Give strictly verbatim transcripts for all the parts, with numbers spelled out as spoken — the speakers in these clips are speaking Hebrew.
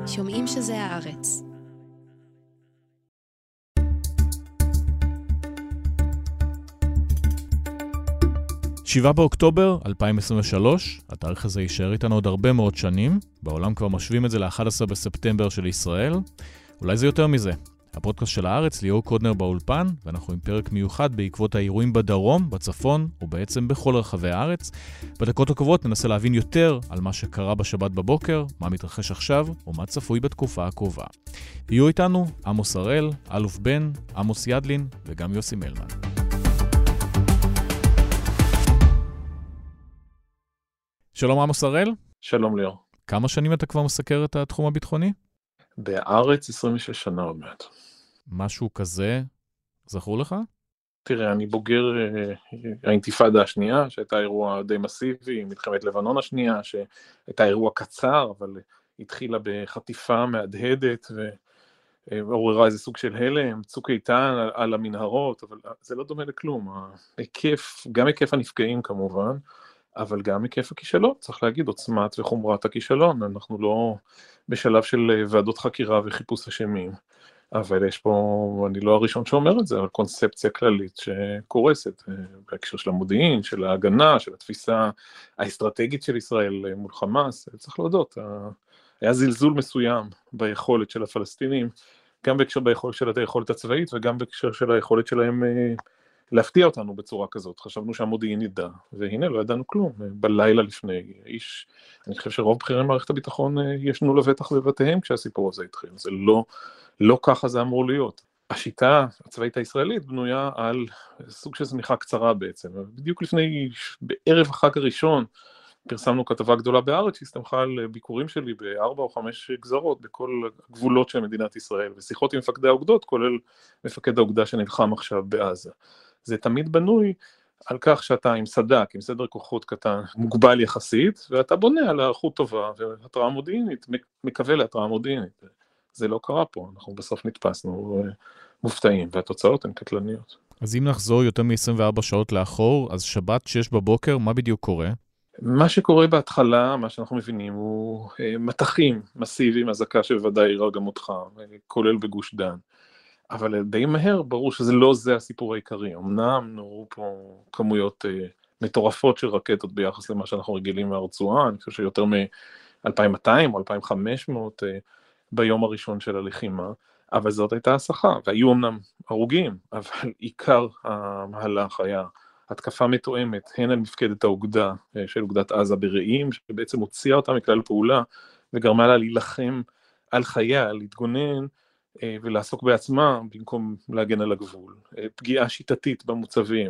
שומעים שזה הארץ. שבעה באוקטובר אלפיים עשרים ושלוש, התאריך הזה יישאר איתנו עוד הרבה מאוד שנים, בעולם כבר משווים את זה ל-אחד עשר בספטמבר של ישראל, אולי זה יותר מזה. הפודקאסט של הארץ, ליאור קודנר באולפן, ואנחנו עם פרק מיוחד בעקבות האירועים בדרום, בצפון, ובעצם בכל רחבי הארץ. בדקות הקרובות ננסה להבין יותר על מה שקרה בשבת בבוקר, מה מתרחש עכשיו, ומה צפוי בתקופה הקרובה. יהיו איתנו עמוס הראל, אלוף בן, עמוס ידלין, וגם יוסי מלמן. שלום עמוס הראל. שלום ליאור. כמה שנים אתה כבר מסקר את התחום הביטחוני? בארץ עשרים ושש שנה עוד מעט. משהו כזה, זכור לך? תראה, אני בוגר אה, האינתיפאדה השנייה, שהייתה אירוע די מסיבי, מלחמת לבנון השנייה, שהייתה אירוע קצר, אבל התחילה בחטיפה מהדהדת, ועוררה איזה סוג של הלם, צוק איתן על, על המנהרות, אבל זה לא דומה לכלום. ההיקף, גם היקף הנפגעים כמובן, אבל גם היקף הכישלון, צריך להגיד, עוצמת וחומרת הכישלון, אנחנו לא בשלב של ועדות חקירה וחיפוש אשמים, אבל יש פה, אני לא הראשון שאומר את זה, אבל קונספציה כללית שקורסת, בהקשר של המודיעין, של ההגנה, של התפיסה האסטרטגית של ישראל מול חמאס, צריך להודות, היה זלזול מסוים ביכולת של הפלסטינים, גם בהקשר ביכולת של היכולת הצבאית, וגם בהקשר של היכולת שלהם להפתיע אותנו בצורה כזאת. חשבנו שהמודיעין ידע, והנה לא ידענו כלום. בלילה לפני, איש, אני חושב שרוב בכירי מערכת הביטחון ישנו לבטח בבתיהם כשהסיפור הזה התחיל. זה לא, לא ככה זה אמור להיות. השיטה הצבאית הישראלית בנויה על סוג של זניחה קצרה בעצם. בדיוק לפני, בערב החג הראשון, פרסמנו כתבה גדולה בארץ שהסתמכה על ביקורים שלי בארבע או חמש גזרות בכל הגבולות של מדינת ישראל, ושיחות עם מפקדי האוגדות, כולל מפקד האוגדה שנלחם עכשיו בעזה. זה תמיד בנוי על כך שאתה עם סדק, עם סדר כוחות קטן, מוגבל יחסית, ואתה בונה על הערכות טובה, והתראה מודיעינית, מקווה להתראה מודיעינית. זה לא קרה פה, אנחנו בסוף נתפסנו מופתעים, והתוצאות הן קטלניות. אז אם נחזור יותר מ-עשרים וארבע שעות לאחור, אז שבת שש בבוקר, מה בדיוק קורה? מה שקורה בהתחלה, מה שאנחנו מבינים, הוא מתחים מסיביים, הזקה שבוודאי יראה גם אותך, כולל בגוש דן. אבל די מהר ברור שזה לא זה הסיפור העיקרי. אמנם נורו פה כמויות אה, מטורפות של רקטות ביחס למה שאנחנו רגילים מהרצועה, אני חושב שיותר מ-אלפיים ומאתיים או אלפיים וחמש מאות אה, ביום הראשון של הלחימה, אבל זאת הייתה הסחה, והיו אמנם הרוגים, אבל עיקר המהלך היה התקפה מתואמת, הן על מפקדת האוגדה אה, של אוגדת עזה ברעים, שבעצם הוציאה אותה מכלל פעולה, וגרמה לה להילחם על חייה, להתגונן, ולעסוק בעצמה במקום להגן על הגבול. פגיעה שיטתית במוצבים,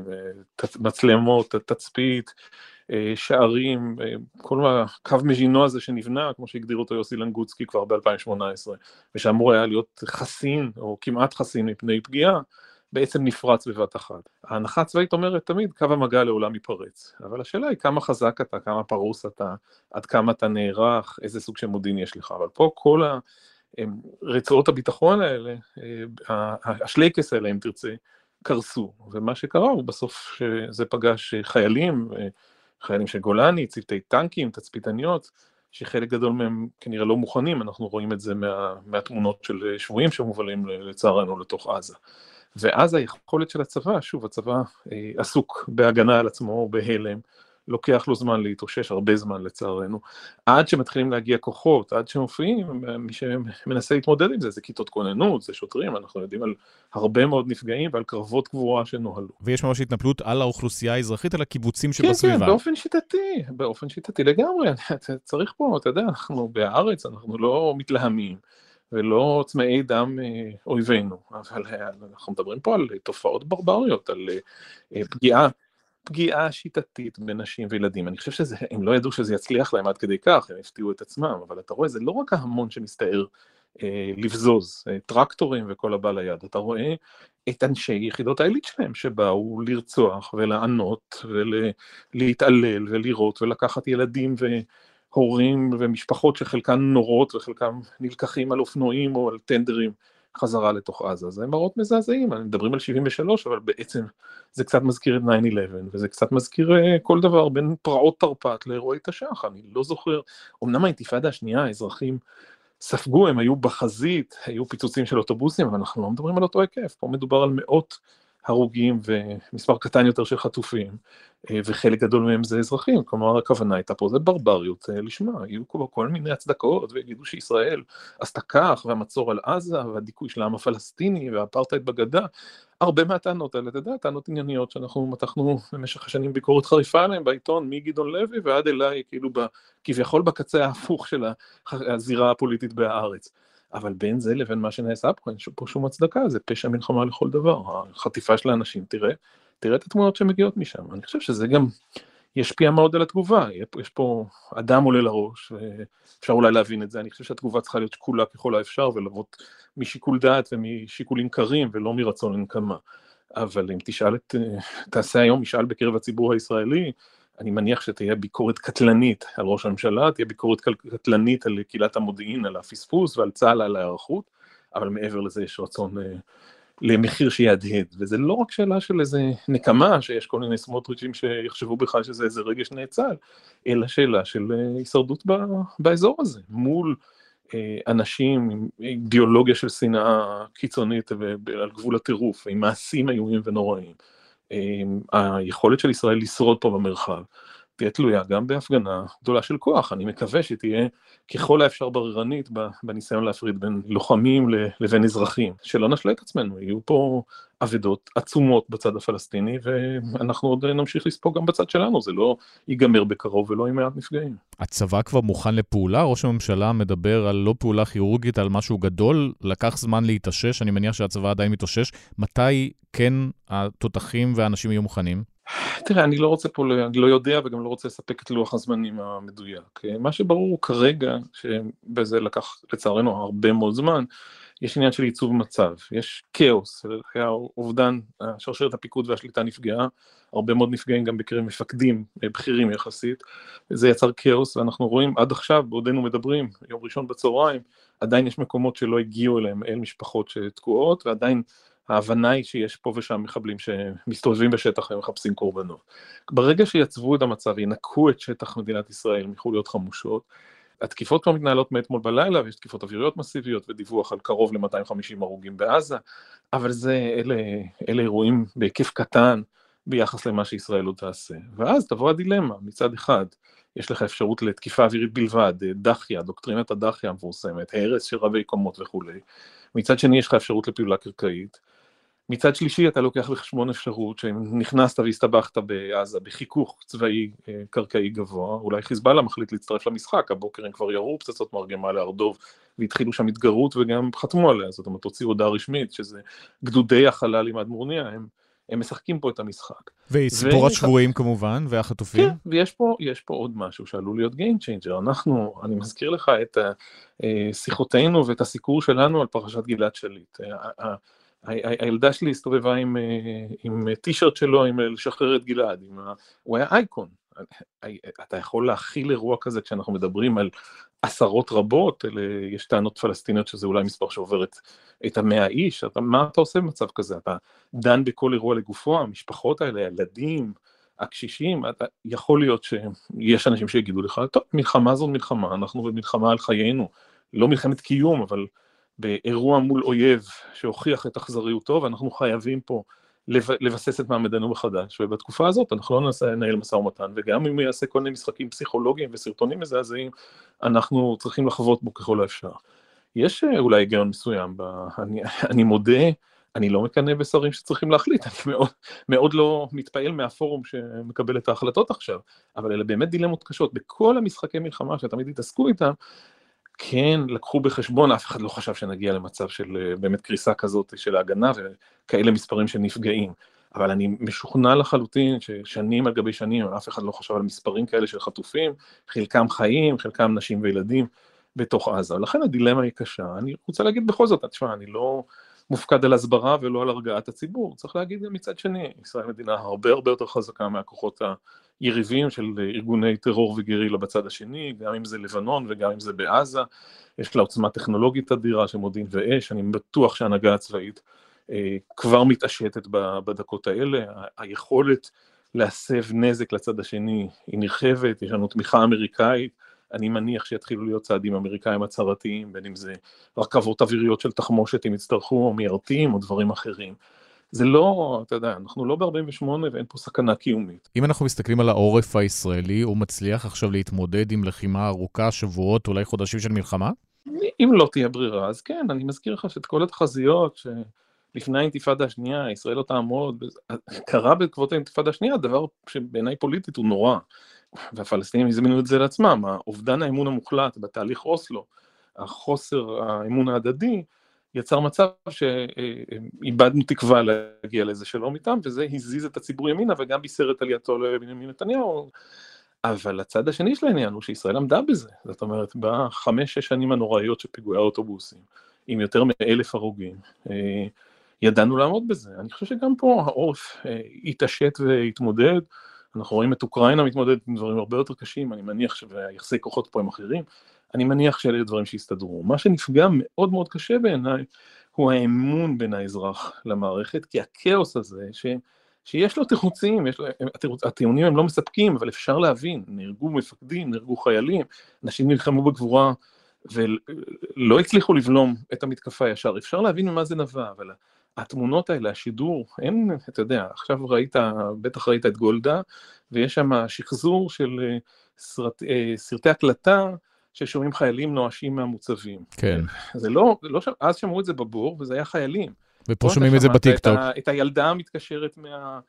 מצלמות, תצפית, שערים, כל הקו מז'ינו הזה שנבנה, כמו שהגדיר אותו יוסי לנגוצקי כבר ב-אלפיים שמונה עשרה, ושאמור היה להיות חסין, או כמעט חסין מפני פגיעה, בעצם נפרץ בבת אחת. ההנחה הצבאית אומרת תמיד, קו המגע לעולם ייפרץ. אבל השאלה היא כמה חזק אתה, כמה פרוס אתה, עד כמה אתה נערך, איזה סוג של מודיעין יש לך. אבל פה כל ה... רצועות הביטחון האלה, השלייקס האלה אם תרצה, קרסו, ומה שקרה הוא בסוף שזה פגש חיילים, חיילים של גולני, צוותי טנקים, תצפיתניות, שחלק גדול מהם כנראה לא מוכנים, אנחנו רואים את זה מה, מהתמונות של שבויים שמובלים לצערנו לתוך עזה. ואז היכולת של הצבא, שוב הצבא עסוק בהגנה על עצמו, בהלם, לוקח לו זמן להתאושש, הרבה זמן לצערנו, עד שמתחילים להגיע כוחות, עד שמופיעים, מי שמנסה להתמודד עם זה, זה כיתות כוננות, זה שוטרים, אנחנו יודעים על הרבה מאוד נפגעים ועל קרבות גבורה שנוהלו. ויש ממש התנפלות על האוכלוסייה האזרחית, על הקיבוצים שבסביבה. כן, כן, באופן שיטתי, באופן שיטתי לגמרי, צריך פה, אתה יודע, אנחנו בארץ, אנחנו לא מתלהמים, ולא צמאי דם אויבינו, אבל אנחנו מדברים פה על תופעות ברבריות, על פגיעה, פגיעה שיטתית בנשים וילדים. אני חושב שהם לא ידעו שזה יצליח להם עד כדי כך, הם הפתיעו את עצמם, אבל אתה רואה, זה לא רק ההמון שמסתער אה, לבזוז, אה, טרקטורים וכל הבא ליד, אתה רואה את אנשי יחידות העילית שלהם, שבאו לרצוח ולענות ולהתעלל ולראות ולקחת ילדים והורים ומשפחות שחלקן נורות וחלקם נלקחים על אופנועים או על טנדרים, חזרה לתוך עזה. זה מראות מזעזעים, אני מדברים על שבעים ושלוש, אבל בעצם זה קצת מזכיר את תשע אחת עשרה, וזה קצת מזכיר כל דבר בין פרעות תרפ"ט לאירועי תש"ח, אני לא זוכר, אמנם האינתיפאדה השנייה, האזרחים ספגו, הם היו בחזית, היו פיצוצים של אוטובוסים, אבל אנחנו לא מדברים על אותו היקף, פה מדובר על מאות הרוגים ומספר קטן יותר של חטופים, וחלק גדול מהם זה אזרחים, כלומר הכוונה הייתה פה, זה ברבריות לשמה, יהיו כל, כל מיני הצדקות, ויגידו שישראל עשתה כך, והמצור על עזה, והדיכוי של העם הפלסטיני, והאפרטהייד בגדה, הרבה מהטענות האלה, אתה יודע, טענות ענייניות שאנחנו מתחנו במשך השנים ביקורת חריפה עליהם בעיתון, מגדעון לוי ועד אליי, כאילו כביכול בקצה ההפוך של הזירה הפוליטית בארץ. אבל בין זה לבין מה שנעשה פה, אין פה שום הצדקה, זה פשע מלחמה לכל דבר, החטיפה של האנשים, תראה, תראה את התמונות שמגיעות משם, אני חושב שזה גם ישפיע מאוד על התגובה, יש פה אדם עולה לראש, ואפשר אולי להבין את זה, אני חושב שהתגובה צריכה להיות שקולה ככל האפשר, ולבוא משיקול דעת ומשיקולים קרים, ולא מרצון לנקמה, אבל אם תשאל את, תעשה היום משאל בקרב הציבור הישראלי, אני מניח שתהיה ביקורת קטלנית על ראש הממשלה, תהיה ביקורת קטלנית על קהילת המודיעין, על הפספוס ועל צה"ל, על ההיערכות, אבל מעבר לזה יש רצון אה, למחיר שיהדהד, וזה לא רק שאלה של איזה נקמה, שיש כל מיני סמוטריצ'ים שיחשבו בכלל שזה איזה רגש נאצל, אלא שאלה של אה, הישרדות ב, באזור הזה, מול אה, אנשים עם אידיאולוגיה של שנאה קיצונית על גבול הטירוף, עם מעשים איומים ונוראים. היכולת של ישראל לשרוד פה במרחב תהיה תלויה גם בהפגנה גדולה של כוח, אני מקווה שתהיה ככל האפשר בררנית בניסיון להפריד בין לוחמים לבין אזרחים, שלא נשלה את עצמנו, יהיו פה עבדות עצומות בצד הפלסטיני, ואנחנו עוד נמשיך לספוג גם בצד שלנו, זה לא ייגמר בקרוב ולא עם מעט נפגעים. הצבא כבר מוכן לפעולה? ראש הממשלה מדבר על לא פעולה כירורגית, על משהו גדול, לקח זמן להתאושש, אני מניח שהצבא עדיין מתאושש, מתי כן התותחים והאנשים יהיו מוכנים? תראה, אני לא רוצה פה, אני לא יודע וגם לא רוצה לספק את לוח הזמנים המדויק. מה שברור כרגע, שבזה לקח לצערנו הרבה מאוד זמן, יש עניין של ייצוב מצב, יש כאוס, היה אובדן, שרשרת הפיקוד והשליטה נפגעה, הרבה מאוד נפגעים גם בקרב מפקדים בכירים יחסית, זה יצר כאוס, ואנחנו רואים עד עכשיו, בעודנו מדברים, יום ראשון בצהריים, עדיין יש מקומות שלא הגיעו אליהם, אל משפחות שתקועות, ועדיין ההבנה היא שיש פה ושם מחבלים שמסתובבים בשטח ומחפשים קורבנות. ברגע שיצבו את המצב, ינקו את שטח מדינת ישראל מחוליות חמושות, התקיפות כבר מתנהלות מאתמול בלילה, ויש תקיפות אוויריות מסיביות ודיווח על קרוב ל-מאתיים וחמישים הרוגים בעזה, אבל זה, אלה, אלה אירועים בהיקף קטן ביחס למה שישראל לא תעשה. ואז תבוא הדילמה, מצד אחד, יש לך אפשרות לתקיפה אווירית בלבד, דחיה, דוקטרינת הדחיה המפורסמת, הרס של רבי קומות וכו'. מצד שני יש לך אפשרות לפעולה קרקעית, מצד שלישי אתה לוקח בחשבון אפשרות שנכנסת והסתבכת בעזה בחיכוך צבאי קרקעי גבוה, אולי חיזבאללה מחליט להצטרף למשחק, הבוקר הם כבר ירו פצצות מרגמה להרדוב והתחילו שם התגרות וגם חתמו עליה, זאת אומרת הוציאו הודעה רשמית שזה גדודי החלל עם אדמוניה, הם, הם משחקים פה את המשחק. וסיפור ו... השבויים כמובן והחטופים? כן, ויש פה, יש פה עוד משהו שעלול להיות game changer, אנחנו, אני מזכיר לך את שיחותינו ואת הסיקור שלנו על פרשת גלעד שליט, הילדה שלי הסתובבה עם, עם טישרט שלו, עם לשחרר את גלעד, עם ה... הוא היה אייקון, אתה יכול להכיל אירוע כזה כשאנחנו מדברים על עשרות רבות, יש טענות פלסטיניות שזה אולי מספר שעוברת את המאה איש, אתה, מה אתה עושה במצב כזה? אתה דן בכל אירוע לגופו, המשפחות האלה, הילדים, הקשישים, אתה, יכול להיות שיש אנשים שיגידו לך, טוב, מלחמה זאת מלחמה, אנחנו במלחמה על חיינו, לא מלחמת קיום, אבל באירוע מול אויב שהוכיח את אכזריותו, ואנחנו חייבים פה לבסס את מעמדנו מחדש, ובתקופה הזאת אנחנו לא ננסה לנהל משא ומתן, וגם אם יעשה כל מיני משחקים פסיכולוגיים וסרטונים מזעזעים, אנחנו צריכים לחוות בו ככל האפשר. יש אולי היגיון מסוים, ב... אני, אני מודה, אני לא מקנא בשרים שצריכים להחליט, אני מאוד, מאוד לא מתפעל מהפורום שמקבל את ההחלטות עכשיו, אבל אלה באמת דילמות קשות, בכל המשחקי מלחמה שתמיד התעסקו איתם, כן, לקחו בחשבון, אף אחד לא חשב שנגיע למצב של באמת קריסה כזאת של ההגנה, וכאלה מספרים של נפגעים, אבל אני משוכנע לחלוטין ששנים על גבי שנים, אף אחד לא חשב על מספרים כאלה של חטופים, חלקם חיים, חלקם נשים וילדים בתוך עזה, ולכן הדילמה היא קשה, אני רוצה להגיד בכל זאת, תשמע, אני לא מופקד על הסברה ולא על הרגעת הציבור, צריך להגיד גם מצד שני, ישראל מדינה הרבה הרבה יותר חזקה מהכוחות היריבים של ארגוני טרור וגרילה בצד השני, גם אם זה לבנון וגם אם זה בעזה, יש לה עוצמה טכנולוגית אדירה של מודיעין ואש, אני בטוח שההנהגה הצבאית אה, כבר מתעשתת בדקות האלה, היכולת להסב נזק לצד השני היא נרחבת, יש לנו תמיכה אמריקאית, אני מניח שיתחילו להיות צעדים אמריקאים הצהרתיים, בין אם זה רכבות אוויריות של תחמושת אם יצטרכו, או מיירטים, או דברים אחרים. זה לא, אתה יודע, אנחנו לא ב-ארבעים ושמונה ואין פה סכנה קיומית. אם אנחנו מסתכלים על העורף הישראלי, הוא מצליח עכשיו להתמודד עם לחימה ארוכה, שבועות, אולי חודשים של מלחמה? אם לא תהיה ברירה, אז כן, אני מזכיר לך שאת כל התחזיות שלפני האינתיפאדה השנייה, ישראל לא תעמוד, קרה בעקבות האינתיפאדה השנייה, דבר שבעיניי פוליטית הוא נורא, והפלסטינים הזמינו את זה לעצמם, האובדן האמון המוחלט בתהליך אוסלו, החוסר האמון ההדדי, יצר מצב שאיבדנו תקווה להגיע לאיזה שלום איתם, וזה הזיז את הציבור ימינה, וגם בישר את עלייתו לבנימין נתניהו, אבל הצד השני של העניין הוא שישראל עמדה בזה, זאת אומרת, בחמש, שש שנים הנוראיות של פיגועי האוטובוסים, עם יותר מאלף הרוגים, ידענו לעמוד בזה. אני חושב שגם פה העורף התעשת והתמודד, אנחנו רואים את אוקראינה מתמודדת עם דברים הרבה יותר קשים, אני מניח שיחסי כוחות פה הם אחרים, אני מניח שאלה דברים שהסתדרו. מה שנפגע מאוד מאוד קשה בעיניי, הוא האמון בין האזרח למערכת, כי הכאוס הזה, ש... שיש לו תירוצים, יש לו, הטיעונים הם לא מספקים, אבל אפשר להבין, נהרגו מפקדים, נהרגו חיילים, אנשים נלחמו בגבורה, ולא הצליחו לבלום את המתקפה ישר, אפשר להבין ממה זה נבע, אבל התמונות האלה, השידור, אין, אתה יודע, עכשיו ראית, בטח ראית את גולדה, ויש שם שחזור של סרט, סרטי הקלטה, ששומעים חיילים נואשים מהמוצבים. כן. זה לא, לא, אז שמעו את זה בבור, וזה היה חיילים. ופה שומעים את זה בטיקטוק. את, ה, את הילדה מתקשרת מה,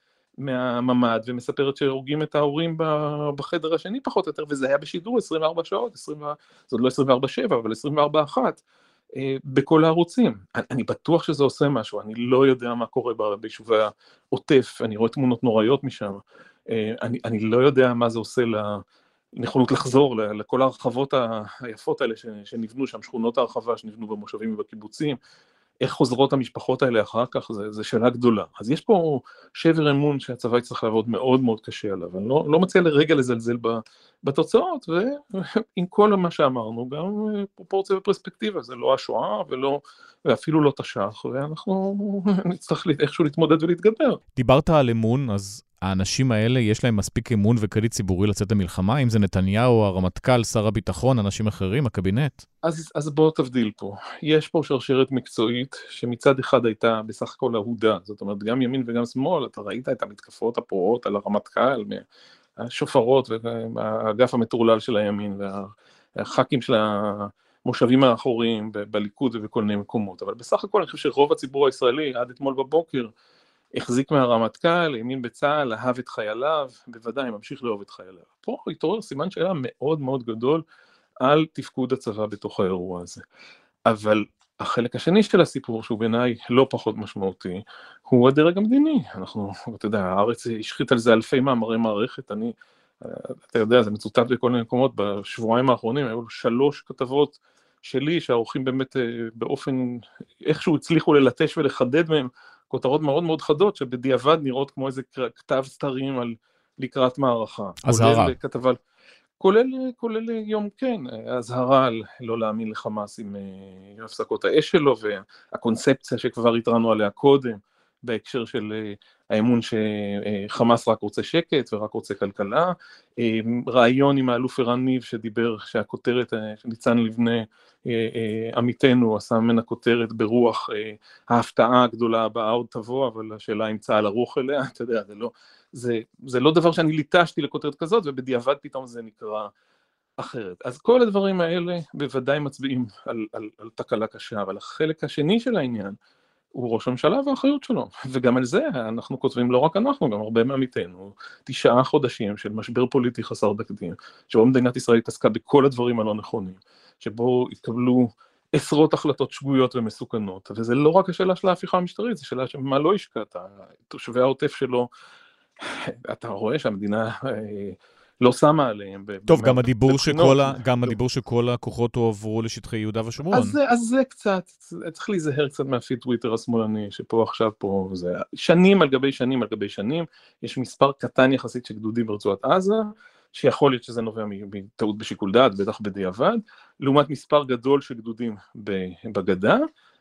מהממד, ומספרת שהורגים את ההורים בחדר השני פחות או יותר, וזה היה בשידור עשרים וארבע שעות, עשרים, זאת לא עשרים וארבע שבע, אבל עשרים וארבע אחת, אה, בכל הערוצים. אני, אני בטוח שזה עושה משהו, אני לא יודע מה קורה ביישובי העוטף, אני רואה תמונות נוראיות משם, אה, אני, אני לא יודע מה זה עושה ל... נכונות לחזור לכל הרחבות היפות האלה שנבנו שם, שכונות הרחבה שנבנו במושבים ובקיבוצים, איך חוזרות המשפחות האלה אחר כך, זה, זה שאלה גדולה. אז יש פה שבר אמון שהצבא יצטרך לעבוד מאוד מאוד קשה עליו, אני לא, לא מציע לרגע לזלזל בתוצאות, ועם כל מה שאמרנו, גם פרופורציה ופרספקטיבה, זה לא השואה ולא, ואפילו לא תש"ח, ואנחנו נצטרך איכשהו להתמודד ולהתגבר. דיברת על אמון, אז האנשים האלה יש להם מספיק אמון וקרדיט ציבורי לצאת המלחמה, אם זה נתניהו, הרמטכ"ל, שר הביטחון, אנשים אחרים, הקבינט? אז, אז בואו תבדיל פה. יש פה שרשרת מקצועית שמצד אחד הייתה בסך הכל אהודה, זאת אומרת גם ימין וגם שמאל, אתה ראית את המתקפות הפרועות על הרמטכ"ל, השופרות והאגף המטורלל של הימין והח"כים של המושבים האחוריים בליכוד ובכל מיני מקומות, אבל בסך הכל אני חושב שרוב הציבור הישראלי עד אתמול בבוקר החזיק מהרמטכ"ל, האמין בצה"ל, אהב את חייליו, בוודאי ממשיך לאהוב את חייליו. פה התעורר סימן שאלה מאוד מאוד גדול על תפקוד הצבא בתוך האירוע הזה. אבל החלק השני של הסיפור, שהוא בעיניי לא פחות משמעותי, הוא הדרג המדיני. אנחנו, אתה יודע, הארץ השחית על זה אלפי מאמרי מערכת, אני, אתה יודע, זה מצוטט בכל מיני מקומות, בשבועיים האחרונים היו שלוש כתבות שלי, שהעורכים באמת באופן, איכשהו הצליחו ללטש ולחדד מהם, כותרות מאוד מאוד חדות, שבדיעבד נראות כמו איזה כתב סתרים על לקראת מערכה. הזהרה. כתבה, כולל, כולל יום כן, הזהרה על לא להאמין לחמאס עם הפסקות האש שלו, והקונספציה שכבר התרענו עליה קודם, בהקשר של האמון שחמאס רק רוצה שקט ורק רוצה כלכלה, רעיון עם האלוף ערן ניב שדיבר שהכותרת שניצן לבנה עמיתנו עשה ממנה כותרת ברוח ההפתעה הגדולה הבאה עוד תבוא, אבל השאלה אם צה"ל ערוך אליה, אתה יודע, זה לא, זה, זה לא דבר שאני ליטשתי לכותרת כזאת, ובדיעבד פתאום זה נקרא אחרת. אז כל הדברים האלה בוודאי מצביעים על, על, על תקלה קשה, אבל החלק השני של העניין, הוא ראש הממשלה והאחריות שלו, וגם על זה אנחנו כותבים, לא רק אנחנו, גם הרבה מעמיתנו, תשעה חודשים של משבר פוליטי חסר תקדים, שבו מדינת ישראל התעסקה בכל הדברים הלא נכונים, שבו התקבלו עשרות החלטות שגויות ומסוכנות, וזה לא רק השאלה של ההפיכה המשטרית, זה שאלה שמה לא השקעת, תושבי העוטף שלו, אתה רואה שהמדינה לא שמה עליהם. טוב, גם הדיבור שכל, גם הדיבור שכל הכוחות הועברו לשטחי יהודה ושומרון. אז זה, אז זה קצת, צריך להיזהר קצת מהפיד טוויטר השמאלני, שפה עכשיו פה, זה שנים על גבי שנים על גבי שנים, יש מספר קטן יחסית של גדודים ברצועת עזה, שיכול להיות שזה נובע מטעות בשיקול דעת, בטח בדיעבד, לעומת מספר גדול של גדודים בגדה,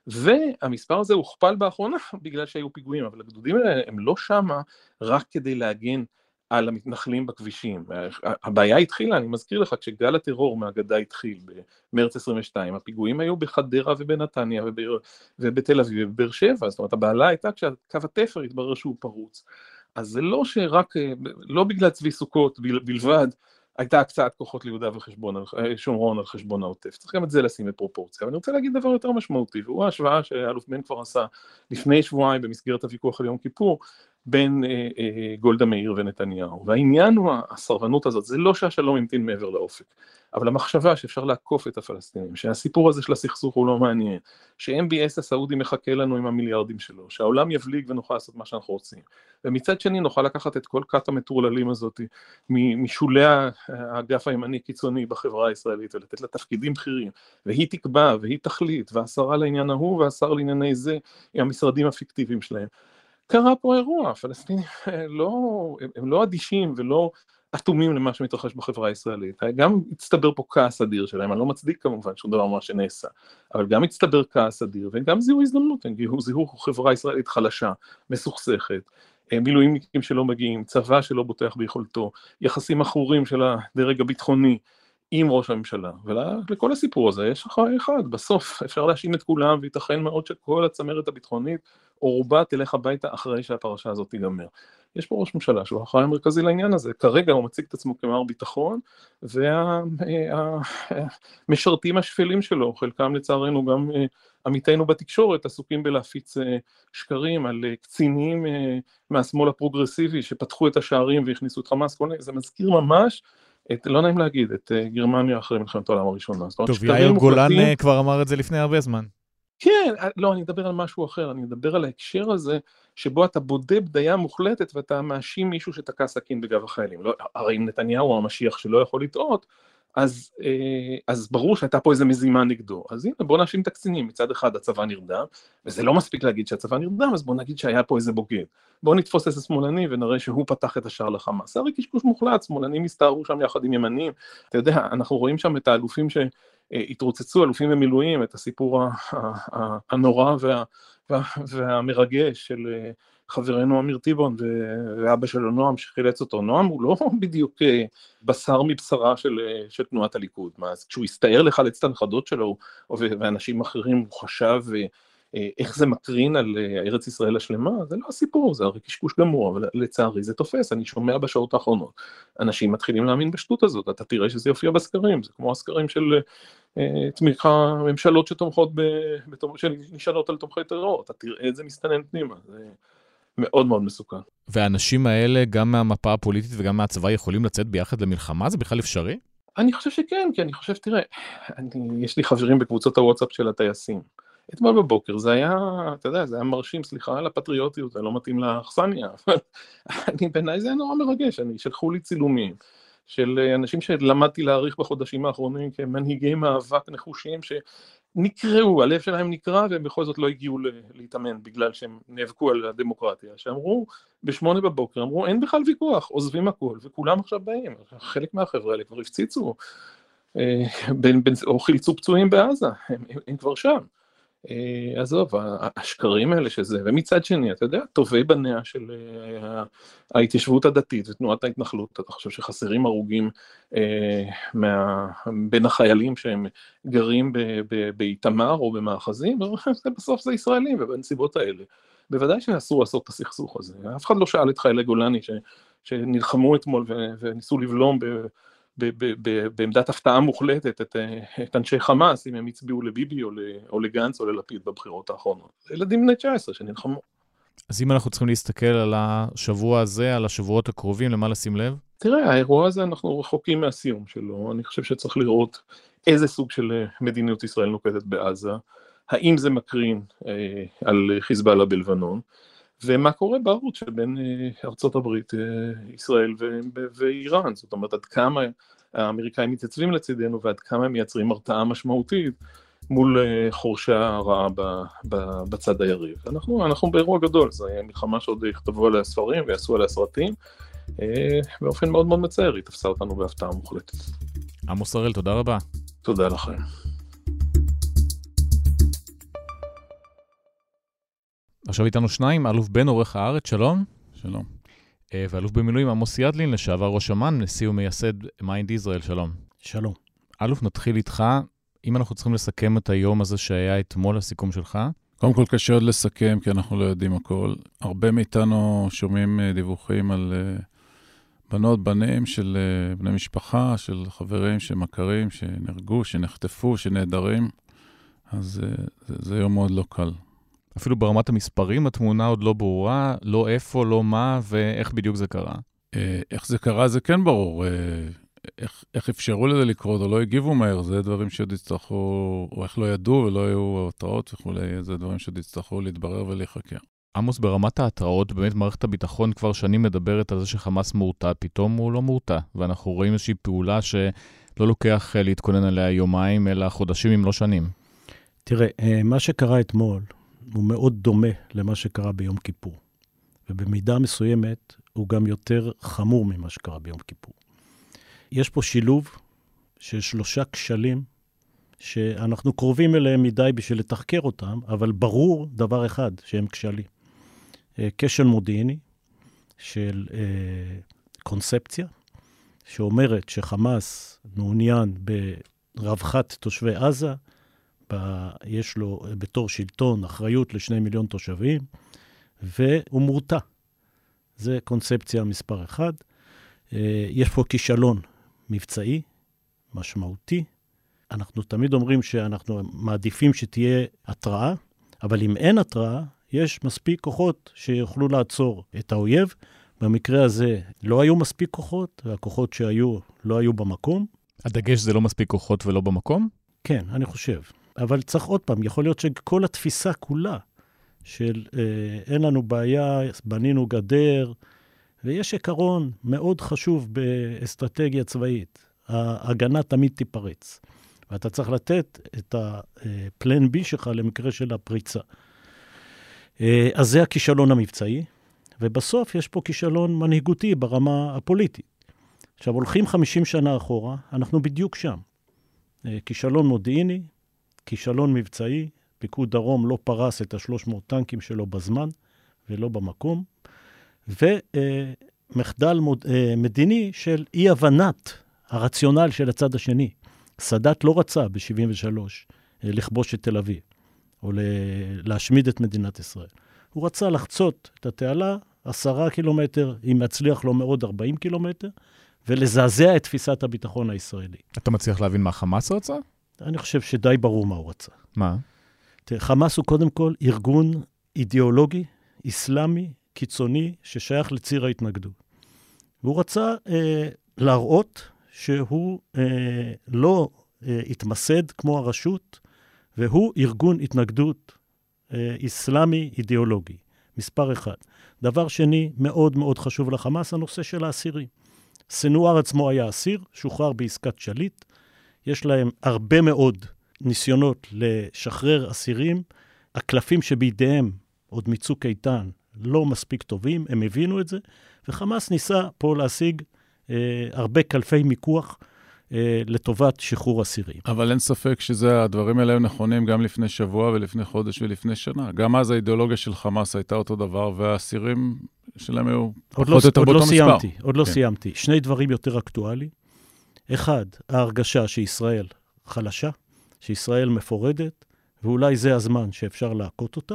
והמספר הזה הוכפל באחרונה בגלל שהיו פיגועים, אבל הגדודים האלה הם לא שמה רק כדי להגן על המתנחלים בכבישים. הבעיה התחילה, אני מזכיר לך, כשגל הטרור מהגדה התחיל במרץ עשרים ושתיים, הפיגועים היו בחדרה ובנתניה ובתל אביב ובבאר שבע, זאת אומרת, הבעיה הייתה כשקו התפר התברר שהוא פרוץ. אז זה לא שרק, לא בגלל צבי סוכות בלבד, הייתה הקצאת כוחות ליהודה וחשבון, שומרון על חשבון העוטף. צריך גם את זה לשים בפרופורציה. אבל אני רוצה להגיד דבר יותר משמעותי, והוא ההשוואה שאלוף בן כבר עשה לפני שבועיים במסגרת הוויכוח על יום כיפור, בין אה, אה, גולדה מאיר ונתניהו. והעניין הוא הסרבנות הזאת, זה לא שהשלום ימתין מעבר לאופק, אבל המחשבה שאפשר לעקוף את הפלסטינים, שהסיפור הזה של הסכסוך הוא לא מעניין, ש-אם בי אס הסעודי מחכה לנו עם המיליארדים שלו, שהעולם יבליג ונוכל לעשות מה שאנחנו רוצים. ומצד שני נוכל לקחת את כל קאט המטורללים הזאת משולי האגף הימני קיצוני בחברה הישראלית, ולתת לה תפקידים בכירים, והיא תקבע והיא תחליט, והשרה לעניין ההוא והשר לענייני זה, עם המשרדים הפיקטיביים שלהם. קרה פה אירוע, הפלסטינים לא, הם לא אדישים ולא אטומים למה שמתרחש בחברה הישראלית. גם הצטבר פה כעס אדיר שלהם, אני לא מצדיק כמובן שום דבר מה שנעשה, אבל גם הצטבר כעס אדיר, וגם זיהו הזדמנות, הם זיהו חברה ישראלית חלשה, מסוכסכת, מילואימניקים שלא מגיעים, צבא שלא בוטח ביכולתו, יחסים אחורים של הדרג הביטחוני עם ראש הממשלה, ולכל הסיפור הזה יש אחראי אחד, בסוף אפשר להאשים את כולם, וייתכן מאוד שכל הצמרת הביטחונית, או רובה תלך הביתה אחרי שהפרשה הזאת תיגמר. יש פה ראש ממשלה שהוא אחראי המרכזי לעניין הזה, כרגע הוא מציג את עצמו כמר ביטחון, והמשרתים השפלים שלו, חלקם לצערנו גם עמיתינו בתקשורת, עסוקים בלהפיץ שקרים על קצינים מהשמאל הפרוגרסיבי, שפתחו את השערים והכניסו את חמאס, זה מזכיר ממש, את, לא נעים להגיד, את גרמניה אחרי מלחמת העולם הראשונה. טוב, יאיר גולן כבר אמר את זה לפני הרבה זמן. כן, לא, אני מדבר על משהו אחר, אני מדבר על ההקשר הזה, שבו אתה בודד בדיה מוחלטת, ואתה מאשים מישהו שתקע סכין בגב החיילים. לא, הרי אם נתניהו הוא המשיח שלא יכול לטעות, אז, אז ברור שהייתה פה איזה מזימה נגדו. אז הנה, בוא נאשים את הקצינים. מצד אחד הצבא נרדם, וזה לא מספיק להגיד שהצבא נרדם, אז בוא נגיד שהיה פה איזה בוגד. בוא נתפוס איזה שמאלני ונראה שהוא פתח את השער לחמאס. הרי קשקוש מוחלט, שמאלנים הסתערו שם יחד עם ימנים. אתה יודע, אנחנו רואים שם את האלופים שהתרוצצו, אלופים במילואים, את הסיפור הנורא וה, וה, והמרגש של חברנו אמיר טיבון ואבא שלו נועם שחילץ אותו. נועם הוא לא בדיוק בשר מבשרה של, של תנועת הליכוד. מה, אז כשהוא הסתער לחלץ את הנכדות שלו ואנשים אחרים, הוא חשב איך זה מקרין על ארץ ישראל השלמה, זה לא הסיפור, זה הרי קשקוש גמור, אבל לצערי זה תופס, אני שומע בשעות האחרונות. אנשים מתחילים להאמין בשטות הזאת, אתה תראה שזה יופיע בסקרים, זה כמו הסקרים של תמיכה, ממשלות שתומכות, שנשאלות על תומכי טרור, אתה תראה את זה מסתנן פנימה, זה מאוד מאוד מסוכן. והאנשים האלה, גם מהמפה הפוליטית וגם מהצבא, יכולים לצאת ביחד למלחמה? זה בכלל אפשרי? אני חושב שכן, כי אני חושב, תראה, אני, יש לי חברים בקבוצות הוואטסאפ של הטייסים. אתמול בבוקר זה היה, אתה יודע, זה היה מרשים, סליחה על הפטריוטיות, זה לא מתאים לאכסניה, אבל אני, בעיניי זה היה נורא מרגש, אני, שלחו לי צילומים של אנשים שלמדתי להעריך בחודשים האחרונים כמנהיגי מאבק נחושים שנקראו, הלב שלהם נקרא והם בכל זאת לא הגיעו להתאמן בגלל שהם נאבקו על הדמוקרטיה, שאמרו בשמונה בבוקר, אמרו אין בכלל ויכוח, עוזבים הכל וכולם עכשיו באים, חלק מהחבר'ה האלה כבר הפציצו או חילצו פצועים בעזה, הם, הם כבר שם. עזוב, השקרים האלה שזה, ומצד שני, אתה יודע, טובי בניה של ההתיישבות הדתית ותנועת ההתנחלות, אתה חושב שחסרים הרוגים בין החיילים שהם גרים באיתמר או במאחזים, בסוף זה ישראלים, ובנסיבות האלה. בוודאי שאסור לעשות את הסכסוך הזה. אף אחד לא שאל את חיילי גולני שנלחמו אתמול וניסו לבלום ב... בעמדת הפתעה מוחלטת את, את אנשי חמאס, אם הם הצביעו לביבי או, או לגנץ או ללפיד בבחירות האחרונות. ילדים בני תשע עשרה שנלחמו. אז אם אנחנו צריכים להסתכל על השבוע הזה, על השבועות הקרובים, למה לשים לב? תראה, האירוע הזה אנחנו רחוקים מהסיום שלו. אני חושב שצריך לראות איזה סוג של מדיניות ישראל נוקטת בעזה, האם זה מקרין אה, על חיזבאללה בלבנון, ומה קורה בערוץ שבין ארצות הברית, ישראל ואיראן, זאת אומרת, עד כמה האמריקאים מתייצבים לצידנו, ועד כמה הם מייצרים הרתעה משמעותית מול חורשי הרעה בצד היריב. אנחנו, אנחנו באירוע גדול, זו מלחמה שעוד יכתבו עליה ספרים ויעשו עליה סרטים, באופן מאוד מאוד מצער, היא תפסה אותנו בהפתעה מוחלטת. עמוס הראל, תודה רבה. תודה לכם. עכשיו איתנו שניים, אלוף בן עורך הארץ, שלום. שלום. ואלוף במילואים עמוס ידלין, לשעבר ראש אמ"ן, נשיא ומייסד מיינד ישראל, שלום. שלום. אלוף, נתחיל איתך. אם אנחנו צריכים לסכם את היום הזה שהיה אתמול, הסיכום שלך? קודם כל קשה עוד לסכם, כי אנחנו לא יודעים הכל. הרבה מאיתנו שומעים דיווחים על בנות, בנים של בני משפחה, של חברים שמכרים, שנהרגו, שנחטפו, שנהדרים. אז זה, זה יום מאוד לא קל. אפילו ברמת המספרים התמונה עוד לא ברורה, לא איפה, לא מה, ואיך בדיוק זה קרה. איך זה קרה זה כן ברור. איך, איך אפשרו לזה לקרות או לא הגיבו מהר, זה דברים שעוד יצטרכו, או איך לא ידעו ולא היו התראות וכולי, זה דברים שעוד יצטרכו להתברר ולהיחקר. עמוס, ברמת ההתראות, באמת מערכת הביטחון כבר שנים מדברת על זה שחמאס מורתע, פתאום הוא לא מורתע, ואנחנו רואים איזושהי פעולה שלא לוקח להתכונן עליה יומיים, אלא חודשים אם לא שנים. תראה, מה שקרה אתמול הוא מאוד דומה למה שקרה ביום כיפור, ובמידה מסוימת הוא גם יותר חמור ממה שקרה ביום כיפור. יש פה שילוב של שלושה כשלים שאנחנו קרובים אליהם מדי בשביל לתחקר אותם, אבל ברור דבר אחד שהם כשלים. כשל מודיעיני של אה, קונספציה, שאומרת שחמאס מעוניין ברווחת תושבי עזה, ב, יש לו בתור שלטון אחריות לשני מיליון תושבים, והוא מורתע. זה קונספציה מספר אחד. אה, יש פה כישלון מבצעי, משמעותי. אנחנו תמיד אומרים שאנחנו מעדיפים שתהיה התראה, אבל אם אין התראה, יש מספיק כוחות שיוכלו לעצור את האויב. במקרה הזה לא היו מספיק כוחות, והכוחות שהיו לא היו במקום. הדגש זה לא מספיק כוחות ולא במקום? כן, אני חושב. אבל צריך עוד פעם, יכול להיות שכל התפיסה כולה של אה, אין לנו בעיה, בנינו גדר, ויש עיקרון מאוד חשוב באסטרטגיה צבאית. ההגנה תמיד תיפרץ. ואתה צריך לתת את הפלן בי שלך למקרה של הפריצה. אז זה הכישלון המבצעי, ובסוף יש פה כישלון מנהיגותי ברמה הפוליטית. עכשיו, הולכים חמישים שנה אחורה, אנחנו בדיוק שם. כישלון מודיעיני, כישלון מבצעי, פיקוד דרום לא פרס את ה-שלוש מאות טנקים שלו בזמן ולא במקום, ומחדל מדיני של אי-הבנת הרציונל של הצד השני. סאדאת לא רצה ב-שבעים ושלוש לכבוש את תל אביב, או להשמיד את מדינת ישראל. הוא רצה לחצות את התעלה עשרה קילומטר, אם מצליח לו מאוד ארבעים קילומטר, ולזעזע את תפיסת הביטחון הישראלי. אתה מצליח להבין מה חמאס רצה? אני חושב שדי ברור מה הוא רצה. מה? תראה, חמאס הוא קודם כל ארגון אידיאולוגי, איסלאמי, קיצוני, ששייך לציר ההתנגדות. והוא רצה אה, להראות שהוא אה, לא אה, התמסד כמו הרשות, והוא ארגון התנגדות אה, איסלאמי אידיאולוגי, מספר אחד. דבר שני, מאוד מאוד חשוב לחמאס, הנושא של האסירים. סנואר עצמו היה אסיר, שוחרר בעסקת שליט, יש להם הרבה מאוד ניסיונות לשחרר אסירים, הקלפים שבידיהם, עוד מצוק איתן, לא מספיק טובים, הם הבינו את זה, וחמאס ניסה פה להשיג אה, הרבה קלפי מיקוח אה, לטובת שחרור אסירים. אבל אין ספק שהדברים האלה נכונים גם לפני שבוע ולפני חודש ולפני שנה. גם אז האידיאולוגיה של חמאס הייתה אותו דבר, והאסירים שלהם היו פחות או יותר באותו מספר. סיימתי, עוד לא כן. סיימתי. שני דברים יותר אקטואליים. אחד, ההרגשה שישראל חלשה, שישראל מפורדת, ואולי זה הזמן שאפשר להכות אותה.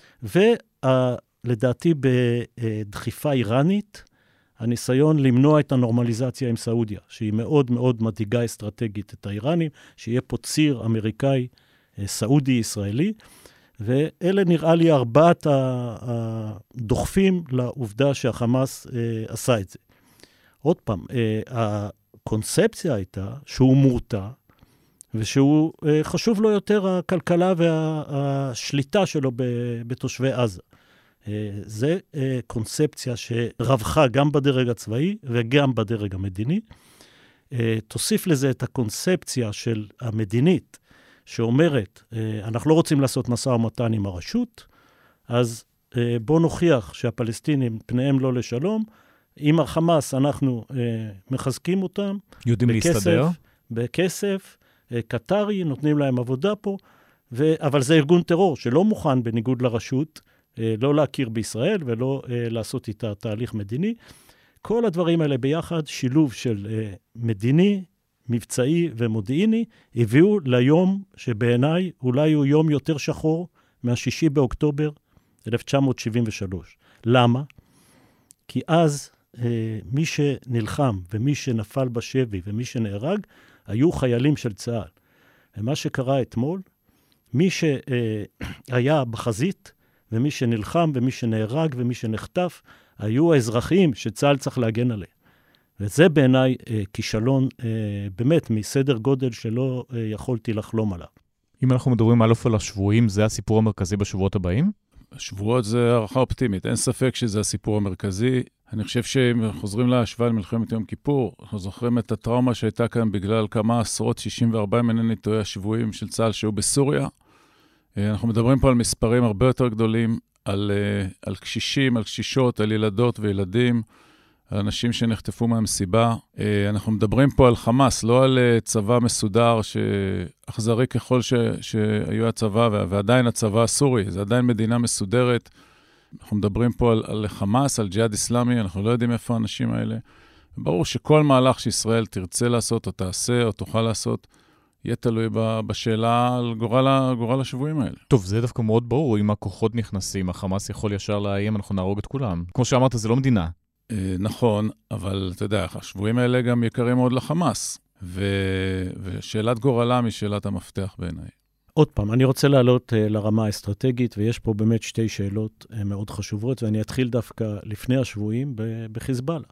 ולדעתי בדחיפה איראנית, הניסיון למנוע את הנורמליזציה עם סעודיה, שהיא מאוד מאוד מדאיגה אסטרטגית את האיראנים, שיהיה פה ציר אמריקאי, סעודי-ישראלי, ואלה נראה לי ארבעת הדוחפים לעובדה שהחמאס עשה את זה. עוד פעם, הקונספציה הייתה שהוא מורתע, ושהוא חשוב לו יותר הכלכלה והשליטה שלו בתושבי עזה. זה קונספציה שרווחה גם בדרג הצבאי וגם בדרג המדיני. תוסיף לזה את הקונספציה של המדינית, שאומרת, אנחנו לא רוצים לעשות משא ומתן עם הרשות, אז בוא נוכיח שהפלסטינים פניהם לא לשלום, עם החמאס אנחנו מחזקים אותם. יודעים בכסף, להסתדר. בכסף, קטרי, נותנים להם עבודה פה, ו... אבל זה ארגון טרור שלא מוכן בניגוד לרשות, לא להכיר בישראל ולא לעשות איתה תהליך מדיני. כל הדברים האלה ביחד, שילוב של מדיני, מבצעי ומודיעיני, הביאו ליום שבעיניי אולי הוא יום יותר שחור מהשישי באוקטובר אלף תשע מאות שבעים ושלוש. למה? כי אז מי שנלחם ומי שנפל בשבי ומי שנהרג, היו חיילים של צה"ל. ומה שקרה אתמול, מי שהיה בחזית ומי שנלחם ומי שנהרג ומי שנחטף, היו האזרחים שצה"ל צריך להגן עליהם. וזה בעיניי אה, כישלון אה, באמת מסדר גודל שלא אה, יכולתי לחלום עליו. אם אנחנו מדברים אלוף על השבועים, זה הסיפור המרכזי בשבועות הבאים? השבועות זה הערכה אופטימית, אין ספק שזה הסיפור המרכזי. אני חושב שאם חוזרים להשוואה למלחמת יום כיפור, אנחנו זוכרים את הטראומה שהייתה כאן בגלל כמה עשרות, שישים וארבעה אם אינני טועה, השבויים של צה"ל שהיו בסוריה. אנחנו מדברים פה על מספרים הרבה יותר גדולים, על, על קשישים, על קשישות, על ילדות וילדים, על אנשים שנחטפו מהמסיבה. אנחנו מדברים פה על חמאס, לא על צבא מסודר שאכזרי ככל ש, שהיו הצבא, ועדיין הצבא הסורי, זה עדיין מדינה מסודרת. אנחנו מדברים פה על, על חמאס, על ג'יהאד איסלאמי, אנחנו לא יודעים איפה האנשים האלה. ברור שכל מהלך שישראל תרצה לעשות, או תעשה, או תוכל לעשות, יהיה תלוי בשאלה על גורל, גורל השבועים האלה. טוב, זה דווקא מאוד ברור, אם הכוחות נכנסים, החמאס יכול ישר לאיים, אנחנו נהרוג את כולם. כמו שאמרת, זה לא מדינה. נכון, אבל אתה יודע, השבועים האלה גם יקרים מאוד לחמאס, ו... ושאלת גורלם היא שאלת המפתח בעיניי. עוד פעם, אני רוצה לעלות uh, לרמה האסטרטגית, ויש פה באמת שתי שאלות uh, מאוד חשובות, ואני אתחיל דווקא לפני השבועים בחיזבאללה.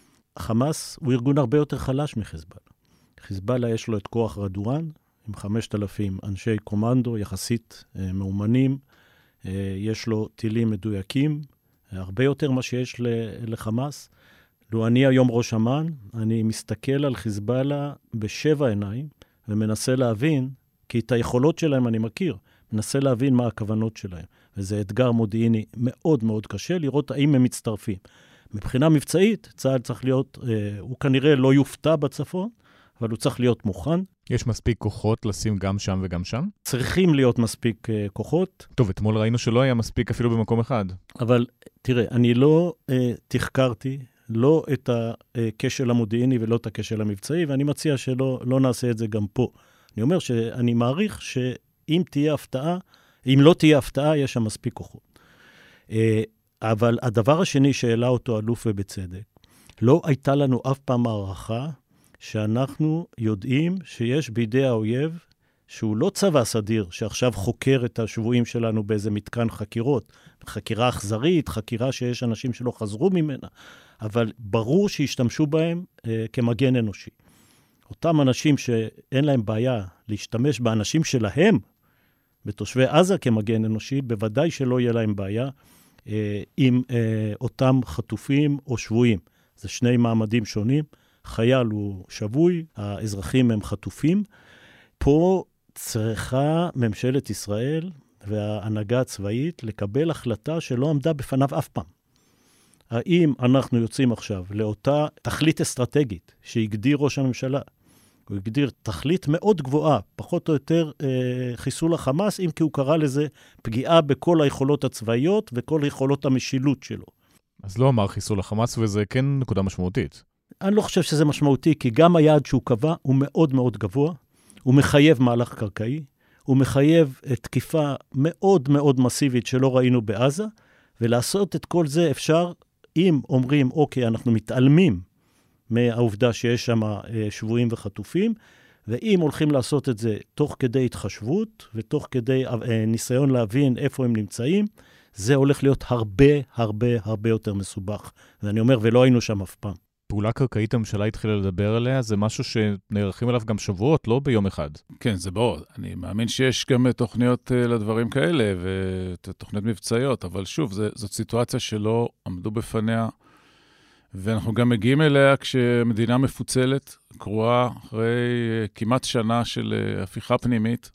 החמאס הוא ארגון הרבה יותר חלש מחיזבאללה. חיזבאללה יש לו את כוח רדואן, עם חמשת אלפים אנשי קומנדו, יחסית uh, מאומנים, uh, יש לו טילים מדויקים, הרבה יותר מה שיש לחמאס. לו אני היום ראש אמ"ן, אני מסתכל על חיזבאללה בשבע עיניים, ומנסה להבין, כי את היכולות שלהם אני מכיר, מנסה להבין מה הכוונות שלהם. וזה אתגר מודיעיני מאוד מאוד קשה, לראות האם הם מצטרפים. מבחינה מבצעית, צה"ל צריך להיות, הוא כנראה לא יופתע בצפון, אבל הוא צריך להיות מוכן. יש מספיק כוחות לשים גם שם וגם שם? צריכים להיות מספיק uh, כוחות. טוב, אתמול ראינו שלא היה מספיק אפילו במקום אחד. אבל תראה, אני לא uh, תחקרתי, לא את הכשל המודיעיני ולא את הכשל המבצעי, ואני מציע שלא לא נעשה את זה גם פה. אני אומר שאני מעריך שאם תהיה הפתעה, אם לא תהיה הפתעה, יש שם מספיק כוחות. Uh, אבל הדבר השני שהעלה אותו אלוף ובצדק, לא הייתה לנו אף פעם הערכה, שאנחנו יודעים שיש בידי האויב, שהוא לא צבא סדיר, שעכשיו חוקר את השבויים שלנו באיזה מתקן חקירות, חקירה אכזרית, חקירה שיש אנשים שלא חזרו ממנה, אבל ברור שישתמשו בהם אה, כמגן אנושי. אותם אנשים שאין להם בעיה להשתמש באנשים שלהם, בתושבי עזה כמגן אנושי, בוודאי שלא יהיה להם בעיה אה, עם אה, אותם חטופים או שבויים. זה שני מעמדים שונים. חייל הוא שבוי, האזרחים הם חטופים. פה צריכה ממשלת ישראל וההנהגה הצבאית לקבל החלטה שלא עמדה בפניו אף פעם. האם אנחנו יוצאים עכשיו לאותה תכלית אסטרטגית שהגדיר ראש הממשלה? הוא הגדיר תכלית מאוד גבוהה, פחות או יותר אה, חיסול החמאס, אם כי הוא קרא לזה פגיעה בכל היכולות הצבאיות וכל היכולות המשילות שלו. אז לא אמר חיסול החמאס, וזה כן נקודה משמעותית. אני לא חושב שזה משמעותי, כי גם היעד שהוא קבע הוא מאוד מאוד גבוה, הוא מחייב מהלך קרקעי, הוא מחייב תקיפה מאוד מאוד מסיבית שלא ראינו בעזה, ולעשות את כל זה אפשר, אם אומרים, אוקיי, אנחנו מתעלמים מהעובדה שיש שם שבויים וחטופים, ואם הולכים לעשות את זה תוך כדי התחשבות, ותוך כדי ניסיון להבין איפה הם נמצאים, זה הולך להיות הרבה הרבה הרבה יותר מסובך. ואני אומר, ולא היינו שם אף פעם. פעולה קרקעית הממשלה התחילה לדבר עליה, זה משהו שנערכים עליו גם שבועות, לא ביום אחד. כן, זה ברור. אני מאמין שיש גם תוכניות לדברים כאלה, ותוכניות מבצעיות, אבל שוב, זה, זאת סיטואציה שלא עמדו בפניה, ואנחנו גם מגיעים אליה כשמדינה מפוצלת, קרואה אחרי כמעט שנה של הפיכה פנימית,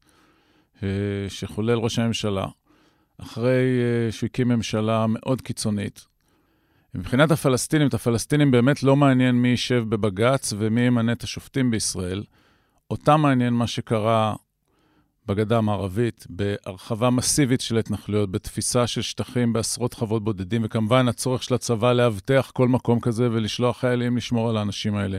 שחולל ראש הממשלה, אחרי שהקים ממשלה מאוד קיצונית. מבחינת הפלסטינים, את הפלסטינים באמת לא מעניין מי יישב בבגץ ומי ימנה את השופטים בישראל. אותם מעניין מה שקרה בגדה המערבית, בהרחבה מסיבית של התנחלויות, בתפיסה של שטחים בעשרות חוות בודדים, וכמובן הצורך של הצבא להבטח כל מקום כזה ולשלוח חיילים לשמור על האנשים האלה.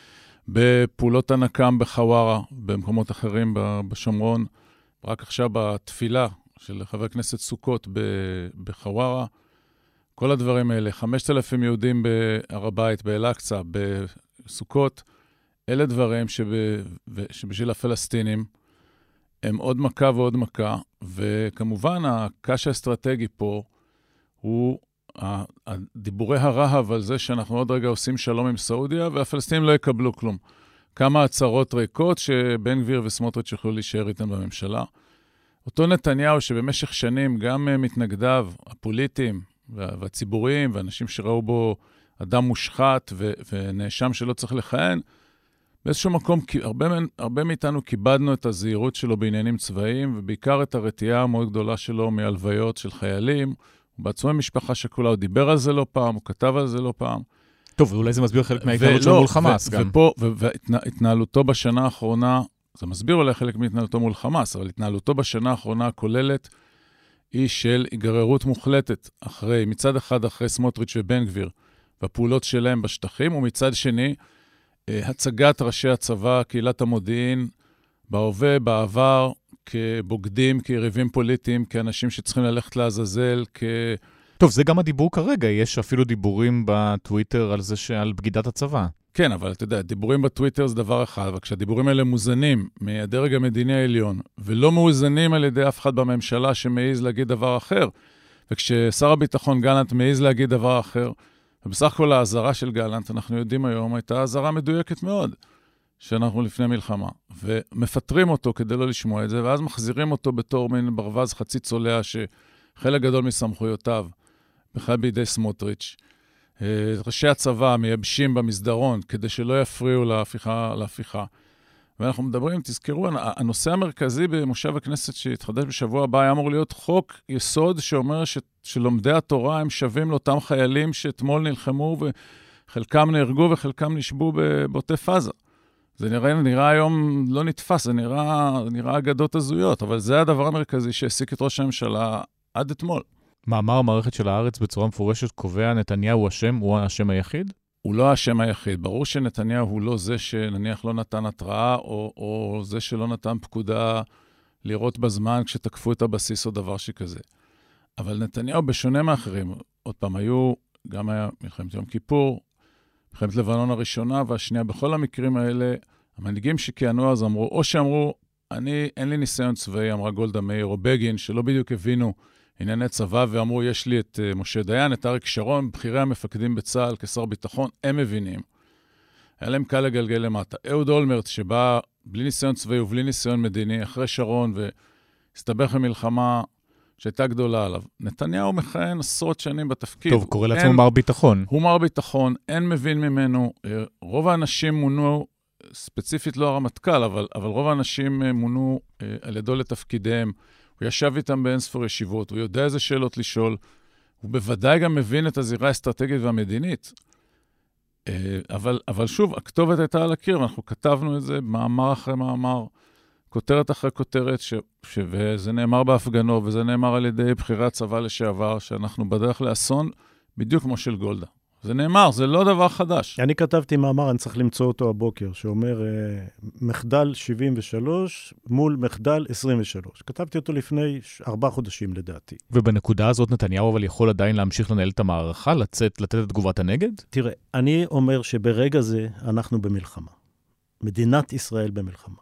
בפעולות הנקם בחווארה, במקומות אחרים בשומרון, רק עכשיו בתפילה של חבר הכנסת סוכות בחווארה, כל הדברים האלה, חמשת אלפים יהודים בהר הבית, באל-אקצא, בסוכות, אלה דברים שב, שבשביל הפלסטינים הם עוד מכה ועוד מכה, וכמובן הקש האסטרטגי פה הוא הדיבורי הרהב על זה שאנחנו עוד רגע עושים שלום עם סעודיה, והפלסטינים לא יקבלו כלום. כמה הצהרות ריקות שבן גביר וסמוטריץ' יוכלו להישאר איתן בממשלה. אותו נתניהו שבמשך שנים גם מתנגדיו הפוליטיים והציבוריים, ואנשים שראו בו אדם מושחת ו- ונאשם שלא צריך לכהן, באיזשהו מקום, הרבה, הרבה מאיתנו כיבדנו את הזהירות שלו בעניינים צבאיים, ובעיקר את הרתיעה המאוד גדולה שלו מהלוויות של חיילים. הוא בעצמו משפחה שכולה, הוא דיבר על זה לא פעם, הוא כתב על זה לא פעם. טוב, ואולי זה מסביר חלק מההתנהלות שלו מול חמאס גם. ופה, והתנהלותו בשנה האחרונה, זה מסביר אולי חלק מהתנהלותו מול חמאס, אבל התנהלותו בשנה האחרונה הכוללת היא של היגררות מוחלטת אחרי, מצד אחד אחרי סמוטריץ' ובן גביר, והפעולות שלהם בשטחים, ומצד שני, הצגת ראשי הצבא, קהילת המודיעין, בהווה, בעבר, כבוגדים, כיריבים פוליטיים, כאנשים שצריכים ללכת לעזאזל, כ... טוב, זה גם הדיבור כרגע, יש אפילו דיבורים בטוויטר על זה שעל בגידת הצבא. כן, אבל אתה יודע, דיבורים בטוויטר זה דבר אחד, אבל כשהדיבורים האלה מוזנים מהדרג המדיני העליון, ולא מאוזנים על ידי אף אחד בממשלה שמעיז להגיד דבר אחר, וכששר הביטחון גלנט מעיז להגיד דבר אחר, ובסך הכל ההזרה של גלנט, אנחנו יודעים היום, הייתה הזרה מדויקת מאוד, שאנחנו לפני מלחמה, ומפטרים אותו כדי לא לשמוע את זה, ואז מחזירים אותו בתור מין ברווז חצי צולע, שחלק גדול מסמכויותיו, בכלל בידי סמוטריץ'. ראשי הצבא מייבשים במסדרון, כדי שלא יפריעו להפיכה, להפיכה. ואנחנו מדברים, תזכרו, הנושא המרכזי במושב הכנסת שהתחדש בשבוע הבא, היה אמור להיות חוק יסוד שאומר ש, שלומדי התורה הם שווים לאותם חיילים שאתמול נלחמו וחלקם נהרגו וחלקם נשבו בעוטף עזה. זה נראה, נראה היום לא נתפס, זה נראה, נראה אגדות הזויות, אבל זה הדבר המרכזי שהעסיק את ראש הממשלה עד אתמול. מאמר המערכת של הארץ בצורה מפורשת קובע נתניהו השם, הוא השם היחיד? הוא לא השם היחיד. ברור שנתניהו הוא לא זה שנניח לא נתן התראה, או, או זה שלא נתן פקודה לראות בזמן כשתקפו את הבסיס או דבר שכזה. אבל נתניהו בשונה מאחרים, עוד פעם, היו, גם היה מלחמת יום כיפור, מלחמת לבנון הראשונה והשנייה, בכל המקרים האלה, המנהיגים שכיהנו אז אמרו, או שאמרו, אני, אין לי ניסיון צבאי, אמרה גולדה מאיר או בגין, שלא בדיוק הבינו ענייני צבא, ואמרו, יש לי את uh, משה דיין, את אריק שרון, בכירי המפקדים בצה"ל כשר ביטחון, הם מבינים. היה להם קל לגלגל למטה. אהוד אולמרט, שבא בלי ניסיון צבאי ובלי ניסיון מדיני, אחרי שרון, והסתבך במלחמה שהייתה גדולה עליו. נתניהו מכהן עשרות שנים בתפקיד. טוב, קורא לעצמו מר ביטחון. הוא מר ביטחון, אין מבין ממנו. רוב האנשים מונו, ספציפית לא הרמטכ"ל, אבל, אבל רוב האנשים מונו על ידו לתפקידיהם. הוא ישב איתם באינספור ישיבות, הוא יודע איזה שאלות לשאול, הוא בוודאי גם מבין את הזירה האסטרטגית והמדינית. אבל, אבל שוב, הכתובת הייתה על הקיר, ואנחנו כתבנו את זה מאמר אחרי מאמר, כותרת אחרי כותרת, ש, ש, וזה נאמר בהפגנות, וזה נאמר על ידי בחירי הצבא לשעבר, שאנחנו בדרך לאסון, בדיוק כמו של גולדה. זה נאמר, זה לא דבר חדש. אני כתבתי מאמר, אני צריך למצוא אותו הבוקר, שאומר מחדל שבעים ושלוש מול מחדל עשרים ושלוש. כתבתי אותו לפני ארבעה חודשים לדעתי. ובנקודה הזאת נתניהו אבל יכול עדיין להמשיך לנהל את המערכה, לצאת, לתת את תגובת הנגד? תראה, אני אומר שברגע זה אנחנו במלחמה. מדינת ישראל במלחמה.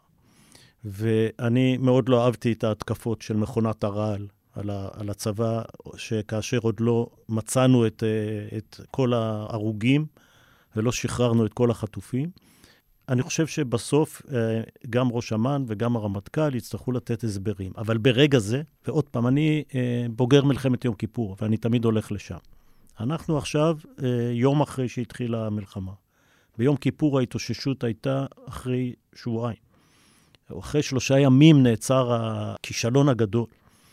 ואני מאוד לא אהבתי את ההתקפות של מכונת הרעל, על, ה, על הצבא, שכאשר עוד לא מצאנו את, את כל ההרוגים, ולא שחררנו את כל החטופים. אני חושב שבסוף גם ראש אמ"ן וגם הרמטכ"ל יצטרכו לתת הסברים. אבל ברגע זה, ועוד פעם, אני בוגר מלחמת יום כיפור, ואני תמיד הולך לשם. אנחנו עכשיו יום אחרי שהתחילה המלחמה. ביום כיפור ההתאוששות הייתה אחרי שבועיים. אחרי שלושה ימים נעצר הכישלון הגדול.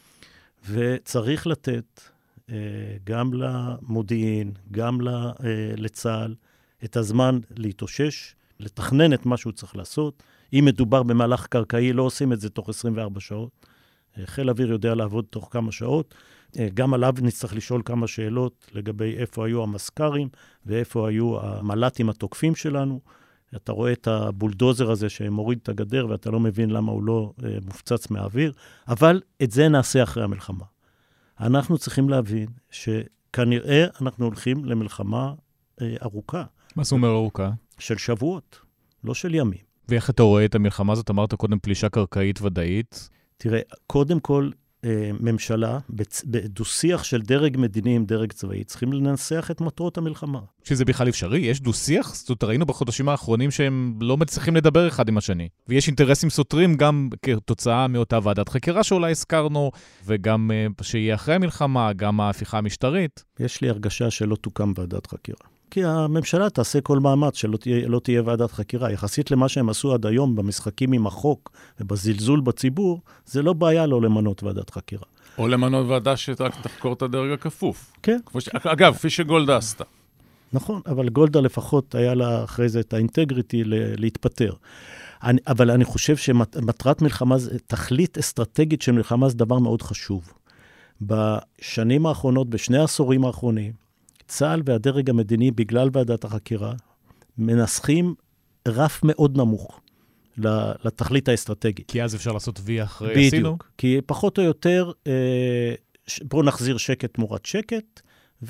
וצריך לתת אה, גם למודיעין, גם לצה"ל, את הזמן להתאושש, לתכנן את מה שהוא צריך לעשות. אם מדובר במהלך קרקעי, לא עושים את זה תוך עשרים וארבע שעות. חיל אוויר יודע לעבוד תוך כמה שעות. גם עליו נצטרך לשאול כמה שאלות לגבי איפה היו המסקרים, ואיפה היו המל"טים התוקפים שלנו. אתה רואה את הבולדוזר הזה שמוריד את הגדר, ואתה לא מבין למה הוא לא מופצץ מהאוויר, אבל את זה נעשה אחרי המלחמה. אנחנו צריכים להבין שכנראה אנחנו הולכים למלחמה ארוכה. מה זה אומר ארוכה? של שבועות, לא של ימים. ואיך אתה רואה את המלחמה הזאת? אמרת קודם פלישה קרקעית ודאית. תראה, קודם כל, ממשלה, בדו-שיח של דרג מדיני עם דרג צבאי, צריכים לנסח את מטרות המלחמה. שזה בכלל אפשרי? יש דו-שיח? זאת אומרת, ראינו בחודשים האחרונים שהם לא מצליחים לדבר אחד עם השני. ויש אינטרסים סותרים גם כתוצאה מאותה ועדת חקירה שאולי הזכרנו, וגם שיהיה אחרי המלחמה, גם ההפיכה המשטרית. יש לי הרגשה שלא תוקם ועדת חקירה. כי הממשלה תעשה כל מאמץ שלא תהיה, לא תהיה ועדת חקירה. יחסית למה שהם עשו עד היום במשחקים עם החוק ובזלזול בציבור, זה לא בעיה לא למנות ועדת חקירה. או למנות ועדה שרק תחקור את הדרג הכפוף. כן. ש... אגב, כפי שגולדה עשתה. נכון, אבל גולדה לפחות היה לה אחרי זה את האינטגריטי להתפטר. אני, אבל אני חושב שמטרת מלחמה, תכלית אסטרטגית של מלחמה זה דבר מאוד חשוב. בשנים האחרונות, בשני העשורים האחרונים, צה"ל והדרג המדיני, בגלל ועדת החקירה, מנסחים רף מאוד נמוך לתכלית האסטרטגית. כי אז אפשר לעשות וי אחרי בדיוק, עשינו? בדיוק, כי פחות או יותר, בואו נחזיר שקט תמורת שקט,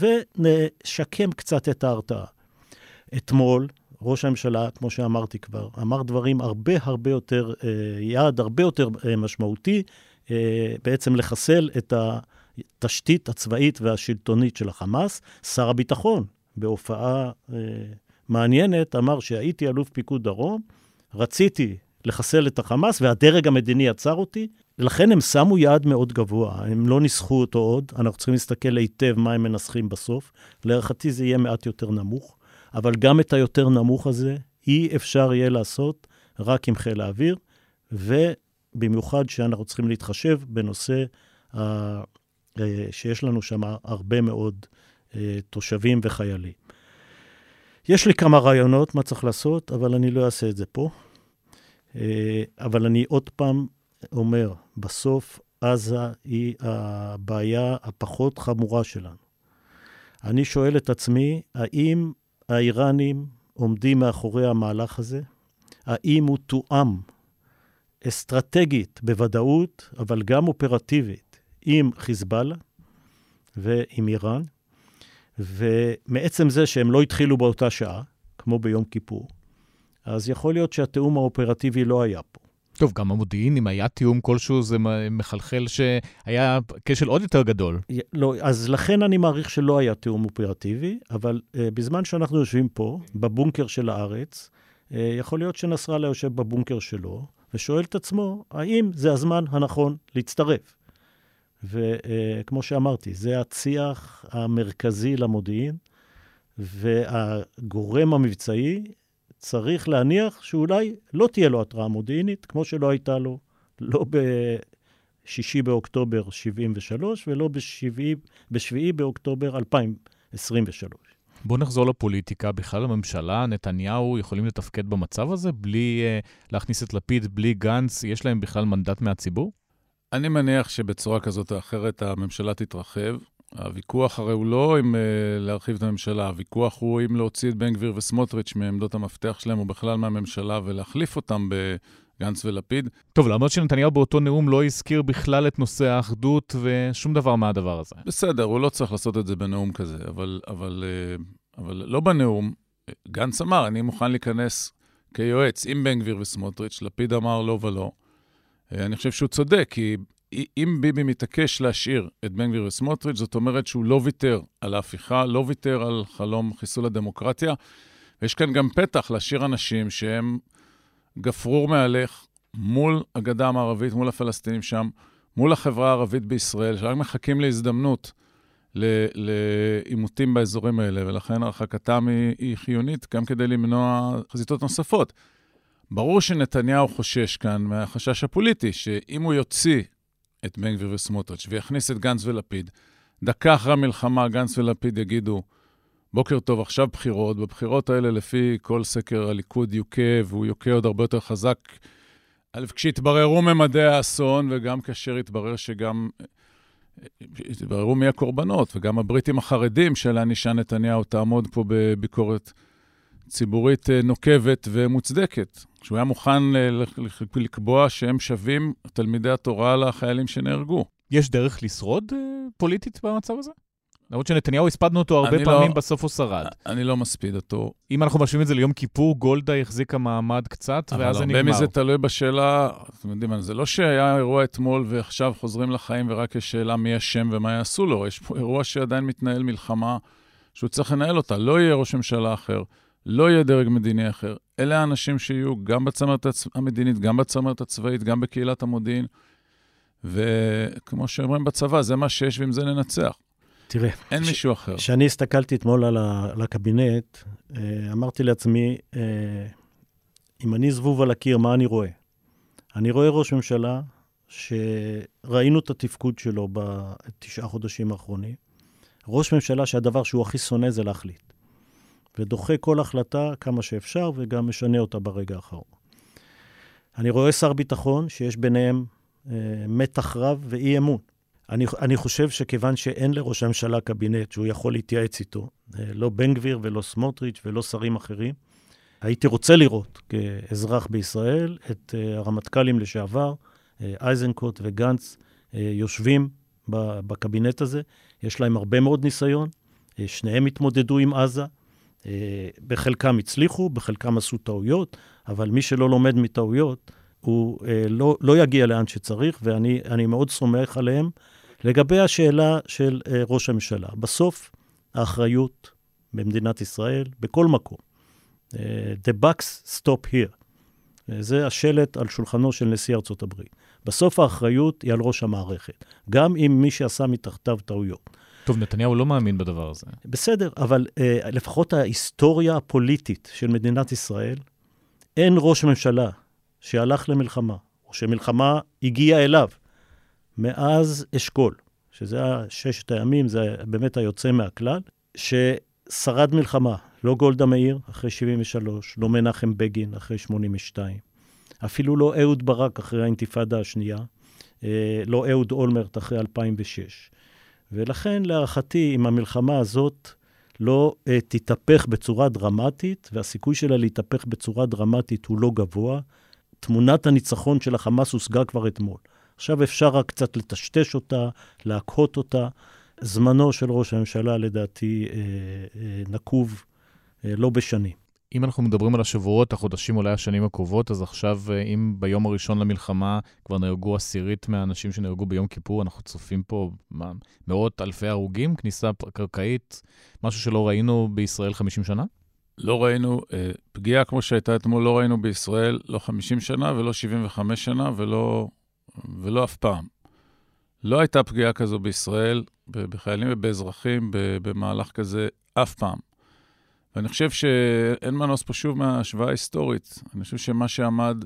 ונשקם קצת את ההרתעה. אתמול, ראש הממשלה, כמו שאמרתי כבר, אמר דברים הרבה הרבה יותר, יעד הרבה יותר משמעותי, בעצם לחסל את ה... תשתית הצבאית והשלטונית של החמאס. שר הביטחון, בהופעה אה, מעניינת, אמר שהייתי אלוף פיקוד דרום, רציתי לחסל את החמאס, והדרג המדיני עצר אותי, לכן הם שמו יעד מאוד גבוה, הם לא ניסחו אותו עוד, אנחנו צריכים להסתכל היטב מה הם מנסחים בסוף, להערכתי זה יהיה מעט יותר נמוך, אבל גם את היותר נמוך הזה, אי אפשר יהיה לעשות רק עם חיל האוויר, ובמיוחד שאנחנו צריכים להתחשב בנושא ה... שיש לנו שם הרבה מאוד תושבים וחיילים. יש לי כמה רעיונות מה צריך לעשות, אבל אני לא אעשה את זה פה. אבל אני עוד פעם אומר, בסוף עזה היא הבעיה הפחות חמורה שלנו. אני שואל את עצמי, האם האיראנים עומדים מאחורי המהלך הזה? האם הוא תואם אסטרטגית בוודאות, אבל גם אופרטיבית, עם חיזבאללה ועם איראן, ומעצם זה שהם לא התחילו באותה שעה, כמו ביום כיפור, אז יכול להיות שהתיאום האופרטיבי לא היה פה. טוב, גם המודיעין, אם היה תיאום כלשהו, זה מחלחל שהיה כשל עוד יותר גדול. לא, אז לכן אני מעריך שלא היה תיאום אופרטיבי, אבל uh, בזמן שאנחנו יושבים פה, בבונקר של הארץ, uh, יכול להיות שנסראללה יושב בבונקר שלו, ושואל את עצמו, האם זה הזמן הנכון להצטרף? וכמו שאמרתי, זה הצי"ח המרכזי למודיעין, והגורם המבצעי צריך להניח שאולי לא תהיה לו התראה מודיעינית, כמו שלא הייתה לו, לא בשישי באוקטובר שבעים ושלוש, ולא בשביעי, בשביעי באוקטובר אלפיים עשרים ושלוש. בוא נחזור לפוליטיקה. בכלל הממשלה, נתניהו, יכולים לתפקד במצב הזה, בלי uh, להכניס את לפיד, בלי גנץ, יש להם בכלל מנדט מהציבור? אני מניח שבצורה כזאת או אחרת הממשלה תתרחב. הוויכוח הרי הוא לא אם uh, להרחיב את הממשלה, הוויכוח הוא אם להוציא את בן גביר וסמוטריץ' מעמדות המפתח שלהם, או בכלל מהממשלה, ולהחליף אותם בגנץ ולפיד. טוב, למרות שנתניהו באותו נאום לא הזכיר בכלל את נושא האחדות ושום דבר מהדבר הזה. בסדר, הוא לא צריך לעשות את זה בנאום כזה, אבל, אבל, אבל לא בנאום. גנץ אמר, אני מוכן להיכנס כיועץ עם בן גביר וסמוטריץ', לפיד אמר לא ולא. אני חושב שהוא צודק, כי אם ביבי מתעקש להשאיר את בן גביר וסמוטריץ', זאת אומרת שהוא לא ויתר על ההפיכה, לא ויתר על חלום חיסול הדמוקרטיה, ויש כאן גם פתח להשאיר אנשים שהם גפרור מהלך מול הגדה המערבית, מול הפלסטינים שם, מול החברה הערבית בישראל, שרק מחכים להזדמנות לעימותים באזורים האלה, ולכן הרחקתם היא, היא חיונית גם כדי למנוע חזיתות נוספות. ברור שנתניהו חושש כאן מהחשש הפוליטי, שאם הוא יוציא את בן גביר וסמוטריץ' ויכניס את גנץ ולפיד, דקה אחרי המלחמה גנץ ולפיד יגידו, בוקר טוב, עכשיו בחירות. בבחירות האלה, לפי כל סקר הליכוד יוקה, והוא יוקה עוד הרבה יותר חזק. א', כשהתבררו ממדי האסון, וגם כאשר התברר שגם, התבררו מי הקורבנות, וגם הבריטים החרדים של האנישה נתניהו תעמוד פה בביקורת ציבורית נוקבת ומוצדקת. שהוא היה מוכן לקבוע שהם שווים תלמידי התורה לחיילים שנהרגו. יש דרך לשרוד פוליטית במצב הזה? למרות שנתניהו הספדנו אותו הרבה פעמים, לא, בסוף הוא שרד. אני לא מספיד אותו. אם אנחנו משווים את זה ליום כיפור, גולדה החזיקה מעמד קצת, ואז זה נגמר. הרבה מזה תלוי בשאלה, אתם יודעים, זה לא שהיה אירוע אתמול ועכשיו חוזרים לחיים ורק יש שאלה מי השם ומה יעשו לו. יש פה אירוע שעדיין מתנהל מלחמה, שהוא צריך לנהל אותה. לא יהיה ראש ממשלה אחר, לא יהיה דרג מדיני אחר. אלה האנשים שיהיו גם בצמרת המדינית, גם בצמרת הצבאית, גם בקהילת המודיעין. וכמו שאומרים בצבא, זה מה שיש ועם זה ננצח. תראה, אין ש... מישהו אחר. כשאני הסתכלתי אתמול על, ה... על הקבינט, אמרתי לעצמי, אם אני זבוב על הקיר, מה אני רואה? אני רואה ראש ממשלה שראינו את התפקוד שלו בתשעה חודשים האחרונים. ראש ממשלה שהדבר שהוא הכי שונא זה להחליט. ודוחה כל החלטה כמה שאפשר, וגם משנה אותה ברגע האחרון. אני רואה שר ביטחון שיש ביניהם אה, מתח רב ואי אמון. אני, אני חושב שכיוון שאין לראש הממשלה קבינט שהוא יכול להתייעץ איתו, אה, לא בן גביר ולא סמוטריץ' ולא שרים אחרים, הייתי רוצה לראות כאזרח בישראל את אה, הרמטכ"לים לשעבר, אה, אייזנקוט וגנץ, אה, יושבים בקבינט הזה. יש להם הרבה מאוד ניסיון, אה, שניהם התמודדו עם עזה, בחלקם הצליחו, בחלקם עשו טעויות, אבל מי שלא לומד מטעויות, הוא לא, לא יגיע לאן שצריך, ואני אני מאוד סומך עליהם. לגבי השאלה של ראש הממשלה, בסוף האחריות במדינת ישראל, בכל מקום, the bucks stop here. זה השלט על שולחנו של נשיא ארצות הברית. בסוף האחריות היא על ראש המערכת, גם אם מי שעשה מתחתיו טעויות. טוב, נתניהו לא מאמין בדבר הזה. בסדר, אבל אה, לפחות ההיסטוריה הפוליטית של מדינת ישראל, אין ראש ממשלה שהלך למלחמה, או שמלחמה הגיעה אליו, מאז אשכול, שזה ששת הימים, זה באמת היוצא מהכלל, ששרד מלחמה, לא גולדה מאיר אחרי שבעים ושלוש, לא מנחם בגין אחרי שמונים ושתיים, אפילו לא אהוד ברק אחרי האינתיפאדה השנייה, אה, לא אהוד אולמרט אחרי אלפיים ושש, ולכן, להערכתי, אם המלחמה הזאת לא uh, תתהפך בצורה דרמטית, והסיכוי שלה להתהפך בצורה דרמטית הוא לא גבוה, תמונת הניצחון של החמאס הושגה כבר אתמול. עכשיו אפשר רק קצת לטשטש אותה, להקהות אותה. זמנו של ראש הממשלה, לדעתי, uh, uh, נקוב uh, לא בשנים. אם אנחנו מדברים על השבועות, החודשים אולי השנים הקרובות, אז עכשיו, אם ביום הראשון למלחמה כבר נהרגו עשירית מהאנשים שנהרגו ביום כיפור, אנחנו צופים פה מה, מאות אלפי הרוגים, כניסה קרקעית, משהו שלא ראינו בישראל חמישים שנה? לא ראינו, אה, פגיעה כמו שהייתה אתמול, לא ראינו בישראל לא חמישים שנה ולא שבעים וחמש שנה ולא, ולא אף פעם. לא הייתה פגיעה כזו בישראל, בחיילים ובאזרחים, במהלך כזה אף פעם. ואני חושב שאין מנוס פה שוב מההשוואה ההיסטורית. אני חושב שמה שעמד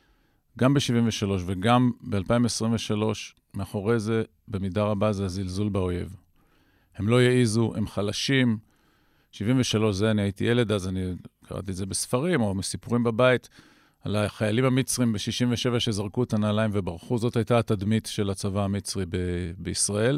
גם ב-שבעים ושלוש וגם ב-אלפיים עשרים ושלוש, מאחורי זה, במידה רבה, זה הזלזול באויב. הם לא יעיזו, הם חלשים. שבעים ושלוש זה, אני הייתי ילד, אז אני קראתי את זה בספרים או מסיפורים בבית, על החיילים המצרים ב-שישים ושבע שזרקו את הנעליים וברחו. זאת הייתה התדמית של הצבא המצרי ב- בישראל.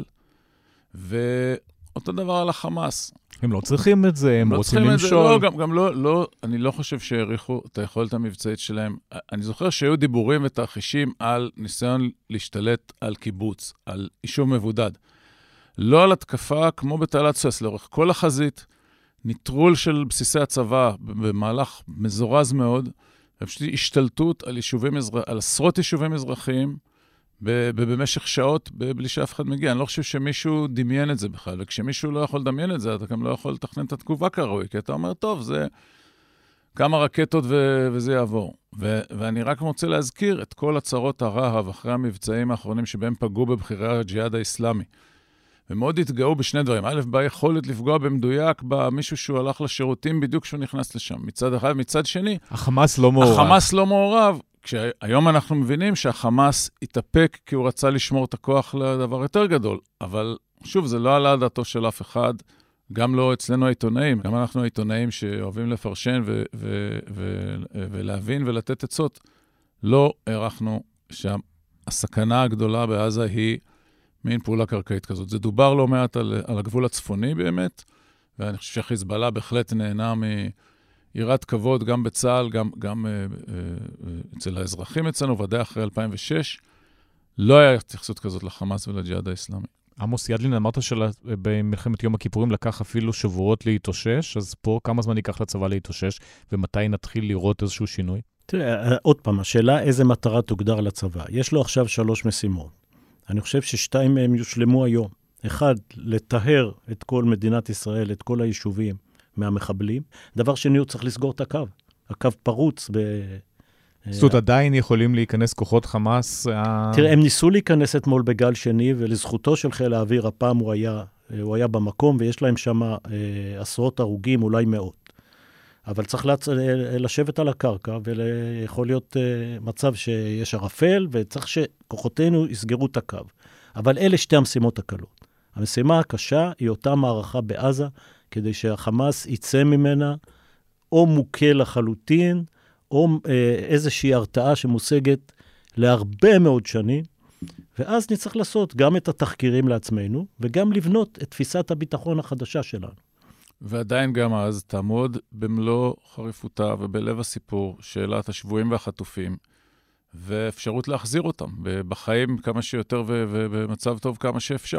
ואותו דבר על החמאס. הם לא צריכים את זה, הם לא רוצים למשול. לא, גם, גם לא, לא, אני לא חושב שהעריכו את היכולת המבצעית שלהם. אני זוכר שהיו דיבורים ותרחישים על ניסיון להשתלט על קיבוץ, על יישוב מבודד. לא על התקפה כמו בתעלת סואץ, לאורך כל החזית, ניטרול של בסיסי הצבא במהלך מזורז מאוד, ופשוט השתלטות על, יישובים, על עשרות יישובים אזרחיים, במשך שעות, בלי שאף אחד מגיע. אני לא חושב שמישהו דמיין את זה בכלל, וכשמישהו לא יכול לדמיין את זה, אתה גם לא יכול לתכנן את התגובה כראוי, כי אתה אומר, טוב, זה כמה רקטות ו- וזה יעבור. ו- ואני רק רוצה להזכיר את כל הצרות הרהב אחרי המבצעים האחרונים שבהם פגעו בבחירי הג'יהאד האסלאמי. ומאוד התגאו בשני דברים. א', ביכולת לפגוע במדויק במישהו שהוא הלך לשירותים בדיוק כשהוא נכנס לשם. מצד אחד, מצד שני, החמאס לא מעורב. החמאס לא מעורב. כשהיום אנחנו מבינים שהחמאס התאפק כי הוא רצה לשמור את הכוח לדבר יותר גדול, אבל שוב, זה לא עלה דעתו של אף אחד, גם לא אצלנו העיתונאים, גם אנחנו העיתונאים שאוהבים לפרשן ו- ו- ו- ולהבין ולתת עצות, לא הערכנו שהסכנה הגדולה בעזה היא מין פעולה קרקעית כזאת. זה דובר לא מעט על, על הגבול הצפוני באמת, ואני חושב שחיזבאללה בהחלט נהנה מיראת כבוד, גם בצה"ל, גם, גם אה, אה, אצל האזרחים אצלנו, ודאי אחרי אלפיים ושש, לא היה התייחסות כזאת לחמאס ולג'יהאד האסלאמי. עמוס ידלין, אמרת שבמלחמת יום הכיפורים לקח אפילו שבועות להתאושש, אז פה כמה זמן ייקח לצבא להתאושש, ומתי נתחיל לראות איזשהו שינוי? תראה, עוד פעם, השאלה איזה מטרה תוגדר לצבא. יש לו עכשיו שלוש משימות. אני חושב ששתיים מהם יושלמו היום. אחד, לטהר את כל מדינת ישראל, את כל היישובים מהמחבלים. דבר שני, הוא צריך לסגור את הקו. הקו פרוץ ב... זאת אומרת, עדיין יכולים להיכנס כוחות חמאס? תראה, הם ניסו להיכנס אתמול בגל שני, ולזכותו של חיל האוויר, הפעם הוא היה, הוא היה במקום, ויש להם שם אה, עשרות הרוגים, אולי מאות. אבל צריך לצ... לשבת על הקרקע, ויכול להיות אה, מצב שיש ערפל, וצריך שכוחותינו יסגרו את הקו. אבל אלה שתי המשימות הקלות. המשימה הקשה היא אותה מערכה בעזה, כדי שהחמאס יצא ממנה, או מוכה לחלוטין, או אה, איזושהי הרתעה שמושגת להרבה מאוד שנים, ואז נצטרך לעשות גם את התחקירים לעצמנו, וגם לבנות את תפיסת הביטחון החדשה שלנו. ועדיין גם אז תעמוד במלוא חריפותה ובלב הסיפור שאלת השבויים והחטופים, ואפשרות להחזיר אותם בחיים כמה שיותר ובמצב טוב כמה שאפשר.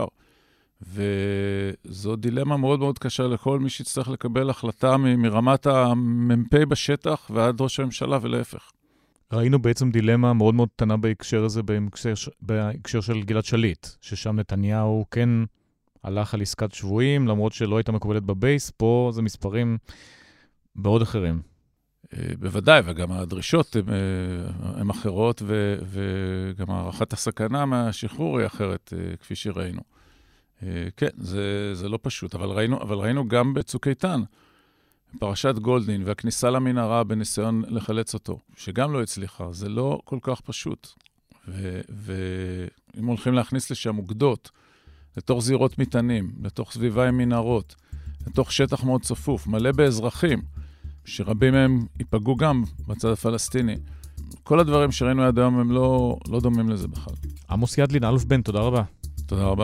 וזו דילמה מאוד מאוד קשה לכל מי שיצטרך לקבל החלטה מרמת המ"פ בשטח ועד ראש הממשלה ולהפך. ראינו בעצם דילמה מאוד מאוד קטנה בהקשר הזה, בהקשר, בהקשר של גלעד שליט, ששם נתניהו כן הלך על עסקת שבויים, למרות שלא הייתה מקובלת בבייס, פה זה מספרים מאוד אחרים. בוודאי, וגם הדרישות הן אחרות, וגם הערכת הסכנה מהשחרור היא אחרת, כפי שראינו. כן, זה, זה לא פשוט, אבל ראינו, אבל ראינו גם בצוק איתן, פרשת גולדין והכניסה למנהרה בניסיון לחלץ אותו, שגם לא הצליחה, זה לא כל כך פשוט. ואם הולכים להכניס לשם אוגדות, לתוך זירות מטענים, לתוך סביבה עם מנהרות, לתוך שטח מאוד צפוף, מלא באזרחים, שרבים מהם ייפגעו גם בצד הפלסטיני. כל הדברים שראינו עד היום הם לא, לא דומים לזה בכלל. עמוס ידלין, אלוף בן, תודה רבה. תודה רבה.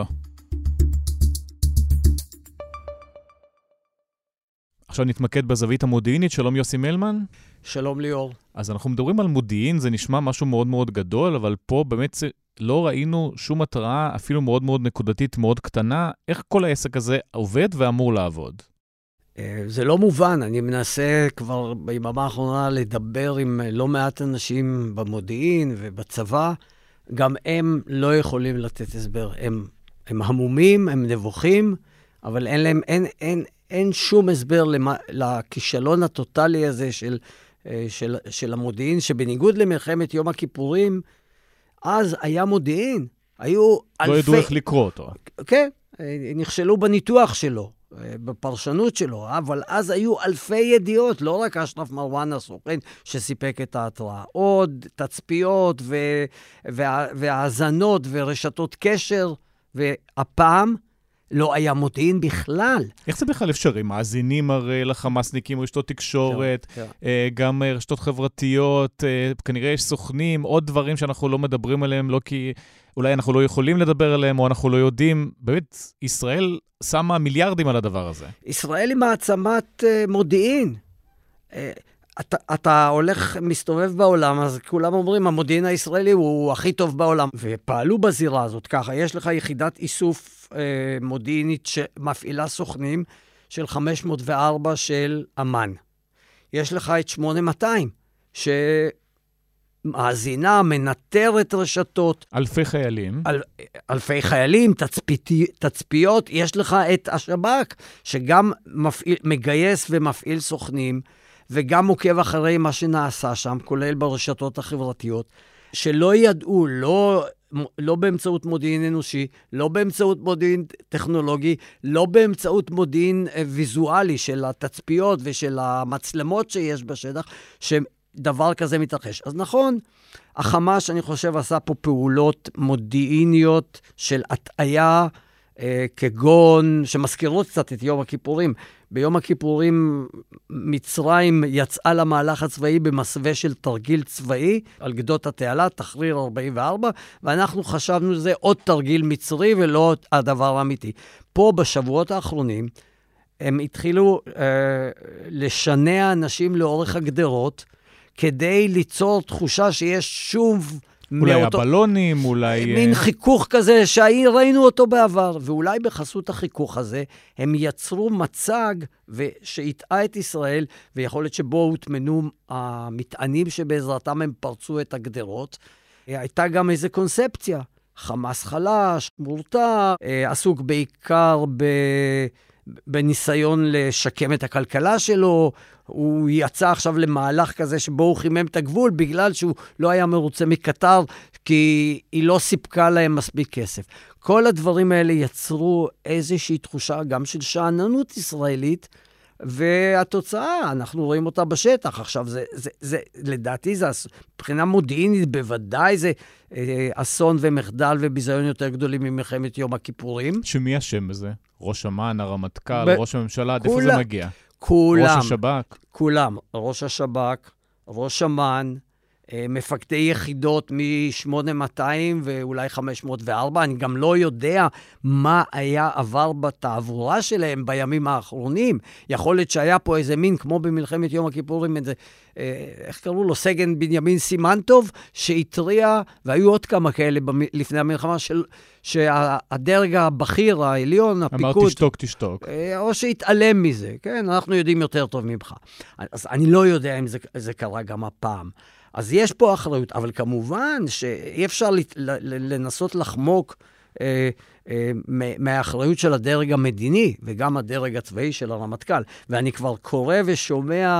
עכשיו נתמקד בזווית המודיעינית. שלום יוסי מלמן. שלום ליאור. אז אנחנו מדברים על מודיעין, זה נשמע משהו מאוד מאוד גדול, אבל פה באמת לא ראינו שום התראה, אפילו מאוד מאוד נקודתית, מאוד קטנה. איך כל העסק הזה עובד ואמור לעבוד? זה לא מובן, אני מנסה כבר ביממה האחרונה לדבר עם לא מעט אנשים במודיעין ובצבא, גם הם לא יכולים לתת הסבר. הם, הם המומים, הם נבוכים, אבל אין להם, אין, אין, אין שום הסבר למה, לכישלון הטוטלי הזה של, של, של המודיעין, שבניגוד למלחמת יום הכיפורים, אז היה מודיעין, היו אלפי... לא ידעו איך לקרוא אותו. כן, נכשלו בניתוח שלו, בפרשנות שלו, אבל אז היו אלפי ידיעות, לא רק אשרף מרואן הסוכן שסיפק את ההתראה, עוד תצפיות ו- וה- והאזנות ורשתות קשר, והפעם לא היה מודיעין בכלל. איך זה בכלל אפשרי? מאזינים הרי לחמאסניקים, רשתות תקשורת, כן, כן. גם רשתות חברתיות, כנראה יש סוכנים, עוד דברים שאנחנו לא מדברים עליהם, לא כי אולי אנחנו לא יכולים לדבר עליהם, או אנחנו לא יודעים. באמת, ישראל שמה מיליארדים על הדבר הזה. ישראל היא מעצמת מודיעין. אתה, אתה הולך, מסתובב בעולם, אז כולם אומרים, המודיעין הישראלי הוא הכי טוב בעולם. ופעלו בזירה הזאת ככה. יש לך יחידת איסוף אה, מודיעינית שמפעילה סוכנים של חמש מאות וארבע של אמן. יש לך את שמונה מאתיים, שמאזינה, מנטרת רשתות. אלפי חיילים. אל, אלפי חיילים, תצפי, תצפיות. יש לך את השב"כ, שגם מפעיל, מגייס ומפעיל סוכנים, וגם עוקב אחרי מה שנעשה שם, כולל ברשתות החברתיות, שלא ידעו, לא, לא באמצעות מודיעין אנושי, לא באמצעות מודיעין טכנולוגי, לא באמצעות מודיעין ויזואלי של התצפיות ושל המצלמות שיש בשטח, שדבר כזה מתרחש. אז נכון, החמאס, אני חושב, עשה פה פעולות מודיעיניות של הטעיה כגון, שמזכירות קצת את יום הכיפורים. ביום הכיפורים מצרים יצאה למהלך הצבאי במסווה של תרגיל צבאי, על גדות התעלה, תחריר ארבעים וארבע, ואנחנו חשבנו שזה עוד תרגיל מצרי ולא הדבר האמיתי. פה בשבועות האחרונים, הם התחילו אה, לשנע אנשים לאורך הגדרות, כדי ליצור תחושה שיש שוב... אולי מאותו, הבלונים, אולי... מין חיכוך כזה שראינו אותו בעבר, ואולי בחסות החיכוך הזה, הם יצרו מצג שהטעה את ישראל, ויכול להיות שבו הוטמנו המטענים שבעזרתם הם פרצו את הגדרות. הייתה גם איזו קונספציה, חמאס חלש, מורתע, עסוק בעיקר ב... בניסיון לשקם את הכלכלה שלו, הוא יצא עכשיו למהלך כזה שבו הוא חימם את הגבול, בגלל שהוא לא היה מרוצה מקטר, כי היא לא סיפקה להם מספיק כסף. כל הדברים האלה יצרו איזושהי תחושה גם של שעננות ישראלית, והתוצאה, אנחנו רואים אותה בשטח. עכשיו, זה, זה, זה, לדעתי, זה, מבחינה מודיעינית, בוודאי זה אה, אסון ומחדל וביזיון יותר גדולים ממלחמת יום הכיפורים. שמי אשם בזה? ראש אמ"ן, הרמטכ"ל, ב- ראש הממשלה, עד איפה זה מגיע? כולם. ראש השב"כ? כולם. ראש השב"כ, ראש אמ"ן, מפקדי יחידות מ-שמונה מאתיים ואולי חמש מאות וארבע, אני גם לא יודע מה היה עבר בתעבורה שלהם בימים האחרונים. יכול להיות שהיה פה איזה מין, כמו במלחמת יום הכיפורים, איזה, איך קראו לו? סגן בנימין סימנטוב, שהטריע, והיו עוד כמה כאלה לפני המלחמה, של, שהדרג הבכיר, העליון, הפיקוד... אמר תשתוק, תשתוק. או שהתעלם מזה, כן? אנחנו יודעים יותר טוב ממך. אז אני לא יודע אם זה, זה קרה גם הפעם. אז יש פה אחריות, אבל כמובן שאי אפשר לנסות לחמוק אה, אה, מהאחריות של הדרג המדיני, וגם הדרג הצבאי של הרמטכ"ל. ואני כבר קורא ושומע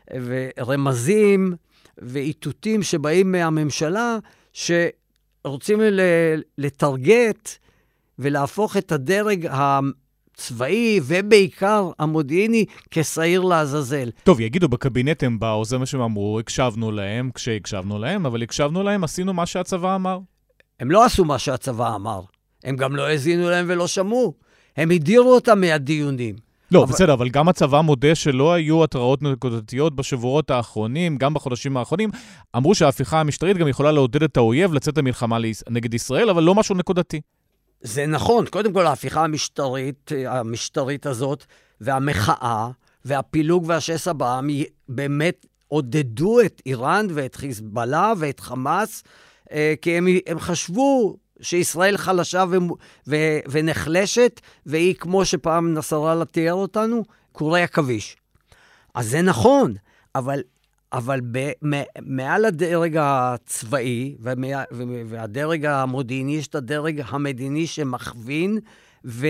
רמזים ואיתותים שבאים מהממשלה, שרוצים לטרגט ולהפוך את הדרג הצבאי ובעיקר המודיעיני כשעיר לעזאזל. טוב, יגידו בקבינט הם באו, זה מה שהם אמרו, הקשבנו להם כשהקשבנו להם, אבל הקשבנו להם, עשינו מה שהצבא אמר. הם לא עשו מה שהצבא אמר. הם גם לא הזינו להם ולא שמעו. הם הדירו אותם מהדיונים. לא, אבל... בסדר, אבל גם הצבא מודה שלא היו התראות נקודתיות בשבועות האחרונים, גם בחודשים האחרונים. אמרו שההפיכה המשטרית גם יכולה לעודד את האויב לצאת למלחמה נגד ישראל, אבל לא משהו נקודתי. זה נכון. קודם כל, ההפיכה המשטרית, המשטרית הזאת, והמחאה, והפילוג והשסע בעם, באמת עודדו את איראן ואת חיזבאללה ואת חמאס, כי הם, הם חשבו שישראל חלשה ו, ו, ונחלשת, והיא, כמו שפעם נסראללה תיאר אותנו, קורי עכביש. אז זה נכון, אבל... אבל ב, מ, מעל הדרג הצבאי ומה, ו, והדרג המודיעיני יש את הדרג המדיני שמכווין ו,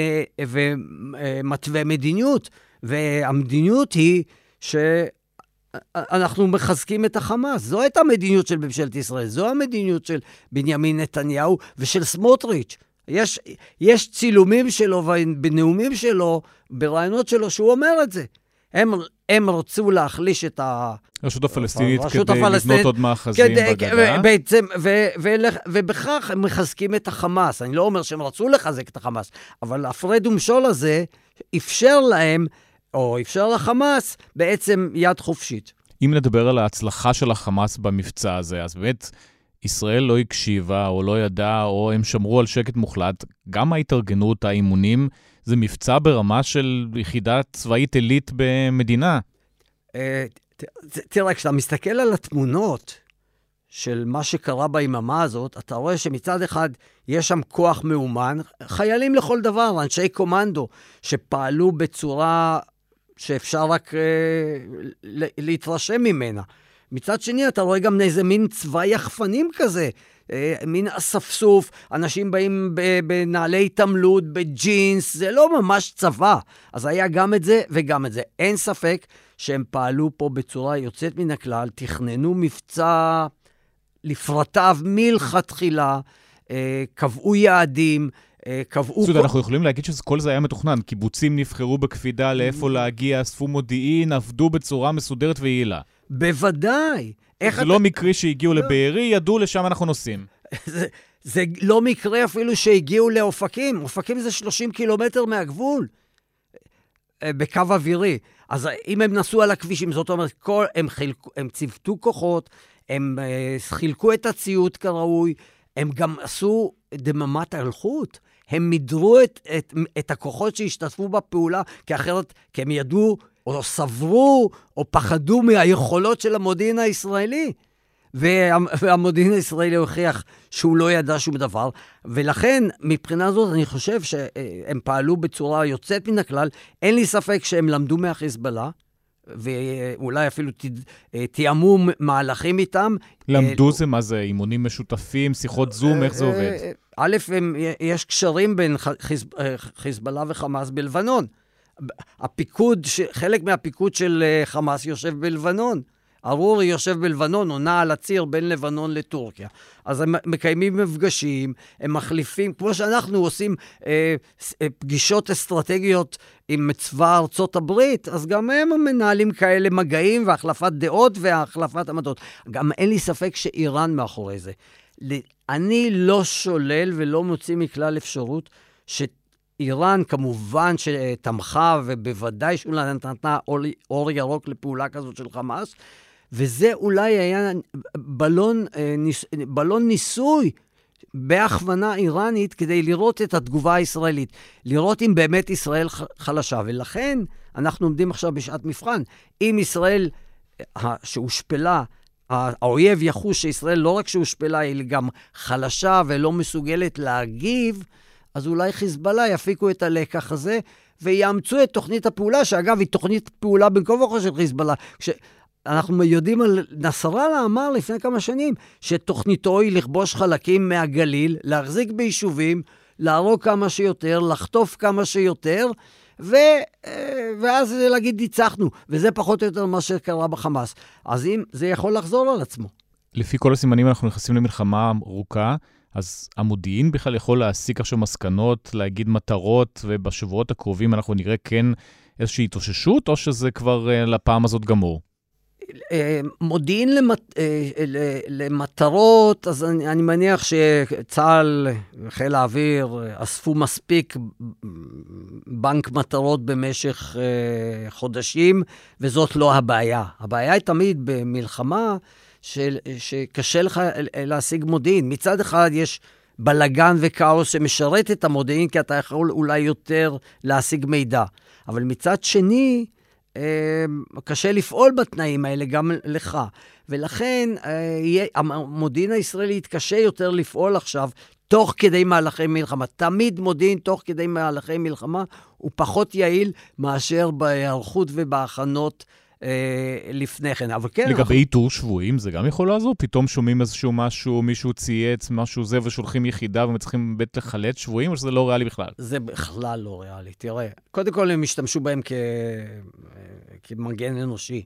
ומתווה מדיניות. והמדיניות היא שאנחנו מחזקים את החמאס. זו הייתה המדיניות של ממשלת ישראל, זו המדיניות של בנימין נתניהו ושל סמוטריץ'. יש, יש צילומים שלו ובנאומים שלו, ברעיונות שלו, שהוא אומר את זה. הם, הם רצו להחליש את ה... רשות הפלסטינית רשות כדי הפלסטינית, לבנות עוד מאחזים כדי, בגדה. בעצם, ו, ו, ובכך הם מחזקים את החמאס. אני לא אומר שהם רצו לחזק את החמאס, אבל הפרד ומשול הזה אפשר להם, או אפשר לחמאס, בעצם יד חופשית. אם נדבר על ההצלחה של החמאס במבצע הזה, אז באמת ישראל לא הקשיבה, או לא ידעה, או הם שמרו על שקט מוחלט. גם ההתארגנות, האימונים, זה מבצע ברמה של יחידה צבאית עילית במדינה. תראה, כשאתה מסתכל על התמונות של מה שקרה ביממה הזאת, אתה רואה שמצד אחד יש שם כוח מאומן, חיילים לכל דבר, אנשי קומנדו, שפעלו בצורה שאפשר רק להתרשם ממנה. מצד שני, אתה רואה גם איזה מין צבא יחפנים כזה, מין אספסוף, אנשים באים בנעלי תמלות, בג'ינס, זה לא ממש צבא. אז היה גם את זה וגם את זה. אין ספק שהם פעלו פה בצורה יוצאת מן הכלל, תכננו מבצע לפרטיו מלכתחילה, קבעו יעדים, קבעו... זאת אומרת, אנחנו יכולים להגיד שכל זה היה מתוכנן. קיבוצים נבחרו בקפידה לאיפה להגיע, אספו מודיעין, עבדו בצורה מסודרת ויעילה. בוודאי. זה לא מקרי שהגיעו לבארי, ידעו לשם אנחנו נוסעים. זה לא מקרה אפילו שהגיעו לאופקים. אופקים זה שלושים קילומטר מהגבול, בקו אווירי. אז אם הם נסעו על הכבישים, זאת אומרת, כל, הם, חילקו, הם צוותו כוחות, הם uh, חילקו את הציוד כראוי, הם גם עשו דממת הלכות, הם מדרו את, את, את הכוחות שהשתתפו בפעולה, כי אחרת, כי הם ידעו, או סברו, או פחדו מהיכולות של המודיעין הישראלי. וה, והמודיעין הישראלי הוכיח שהוא לא ידע שום דבר, ולכן, מבחינה זאת, אני חושב שהם פעלו בצורה יוצאת מן הכלל, אין לי ספק שהם למדו מהחיזבאללה, ואולי אפילו תיאמו מהלכים איתם. למדו זה מה זה? אימונים משותפים, שיחות זום, איך זה עובד? א', יש קשרים בין חיזבאללה וחמאס בלבנון. הפיקוד, חלק מהפיקוד של חמאס יושב בלבנון. ארורי יושב בלבנון, עונה על הציר בין לבנון לטורקיה. אז הם מקיימים מפגשים, הם מחליפים, כמו שאנחנו עושים אה, פגישות אסטרטגיות עם צבא ארצות הברית, אז גם הם מנהלים כאלה מגעים והחלפת דעות והחלפת עמדות. גם אין לי ספק שאיראן מאחורי זה. אני לא שולל ולא מוציא מכלל אפשרות שאיראן כמובן שתמכה ובוודאי שאולי נתנה אור, אור ירוק לפעולה כזאת של חמאס, וזה אולי היה בלון, ניס, בלון ניסוי בהכוונה איראנית כדי לראות את התגובה הישראלית, לראות אם באמת ישראל חלשה, ולכן אנחנו עומדים עכשיו בשעת מבחן. אם ישראל שהושפלה, האויב יחוש שישראל לא רק שהושפלה, היא גם חלשה ולא מסוגלת להגיב, אז אולי חיזבאללה יפיקו את הלקח הזה, ויאמצו את תוכנית הפעולה, שאגב היא תוכנית פעולה בין כה וכה של חיזבאללה. כשאנחנו יודעים על נסראללה אמר לפני כמה שנים, שתוכניתו היא לכבוש חלקים מהגליל, להחזיק ביישובים, להרוג כמה שיותר, לחטוף כמה שיותר, ו... ואז להגיד ניצחנו, וזה פחות או יותר מה שקרה בחמאס. אז אם זה יכול לחזור על עצמו. לפי כל הסימנים אנחנו נכנסים למלחמה ארוכה, אז המודיעין בכלל יכול להסיק עכשיו מסקנות, להגיד מטרות, ובשבועות הקרובים אנחנו נראה כן איזושהי התאוששות, או שזה כבר לפעם הזאת גמור? מודיעין למט... למטרות, אז אני, אני מניח שצה"ל וחיל האוויר אספו מספיק בנק מטרות במשך חודשים, וזאת לא הבעיה. הבעיה היא תמיד במלחמה, של, שקשה לך להשיג מודיעין. מצד אחד יש בלגן וכאוס שמשרת את המודיעין, כי אתה יכול אולי יותר להשיג מידע. אבל מצד שני, אה, קשה לפעול בתנאים האלה גם לך. ולכן אה, המודיעין הישראלי יתקשה יותר לפעול עכשיו, תוך כדי מהלכי מלחמה. תמיד מודיעין תוך כדי מהלכי מלחמה, הוא פחות יעיל מאשר בהיערכות ובהכנות לפני כן, אבל כן. לגבי איתור שבויים, זה גם יכול לעזור? פתאום שומעים איזשהו משהו, מישהו צייץ, משהו זה, ושולחים יחידה, ומצליחים בית לחלט שבויים, או שזה לא ריאלי בכלל? זה בכלל לא ריאלי. תראה, קודם כל הם השתמשו בהם כ... כמגן אנושי.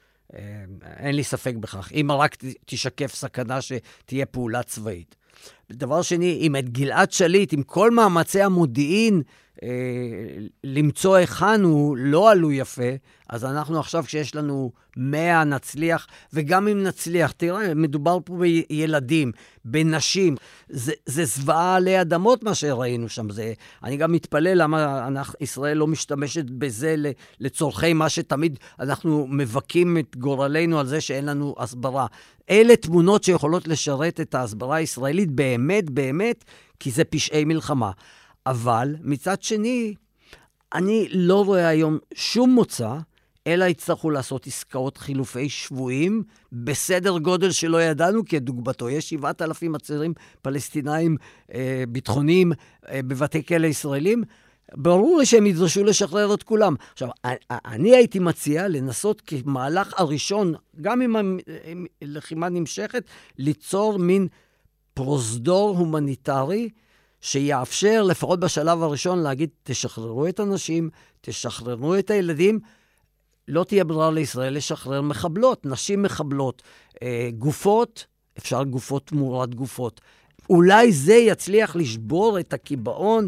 אין לי ספק בכך. אם רק תשקף סכנה שתהיה פעולה צבאית. דבר שני, אם את גלעד שליט, עם כל מאמצי המודיעין, אה, למצוא היכן הוא לא עלו יפה, אז אנחנו עכשיו כשיש לנו מאה נצליח, וגם אם נצליח, תראה, מדובר פה בילדים, בנשים, זה, זה זוועה עלי אדמות מה שראינו שם. זה, אני גם מתפלא למה אנחנו, ישראל לא משתמשת בזה לצורכי מה שתמיד אנחנו מבקים את גורלנו על זה שאין לנו הסברה. אלה תמונות שיכולות לשרת את ההסברה הישראלית באמת, באמת, כי זה פשעי מלחמה. אבל מצד שני, אני לא רואה היום שום מוצא, אלא יצטרכו לעשות עסקאות חילופי שבויים, בסדר גודל שלא ידענו כדוגמתו. יש שבעת אלפים עצירים פלסטינאים אה, ביטחוניים אה, בבתי כלא ישראלים, ברור לי שהם ידרשו לשחרר את כולם. עכשיו, אני הייתי מציע לנסות כמהלך הראשון, גם אם הלחימה נמשכת, ליצור מין פרוזדור הומניטרי, שיאפשר לפחות בשלב הראשון להגיד, תשחררו את הנשים, תשחררו את הילדים, לא תהיה ברירה לישראל לשחרר מחבלות, נשים מחבלות, גופות, אפשר גופות תמורת גופות. אולי זה יצליח לשבור את הקיבעון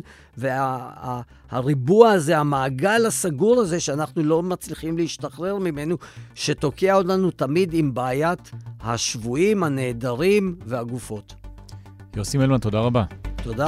והריבוע הזה, המעגל הסגור הזה שאנחנו לא מצליחים להשתחרר ממנו, שתוקע אותנו תמיד עם בעיית השבויים, הנהדרים והגופות. יוסי מלמן, תודה רבה. תודה.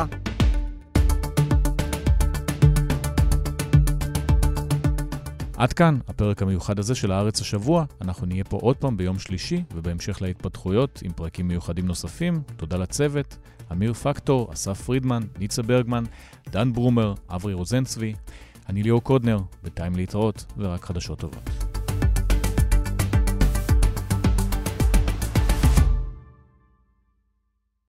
עד כאן הפרק המיוחד הזה של הארץ השבוע. אנחנו נהיה פה עוד פעם ביום שלישי, ובהמשך להתפתחויות עם פרקים מיוחדים נוספים. תודה לצוות, אמיר פקטור, אסף פרידמן, ניצה ברגמן, דן ברומר, אברי רוזנצבי. אני ליאור קודנר, בינתיים להתראות ורק חדשות טובות.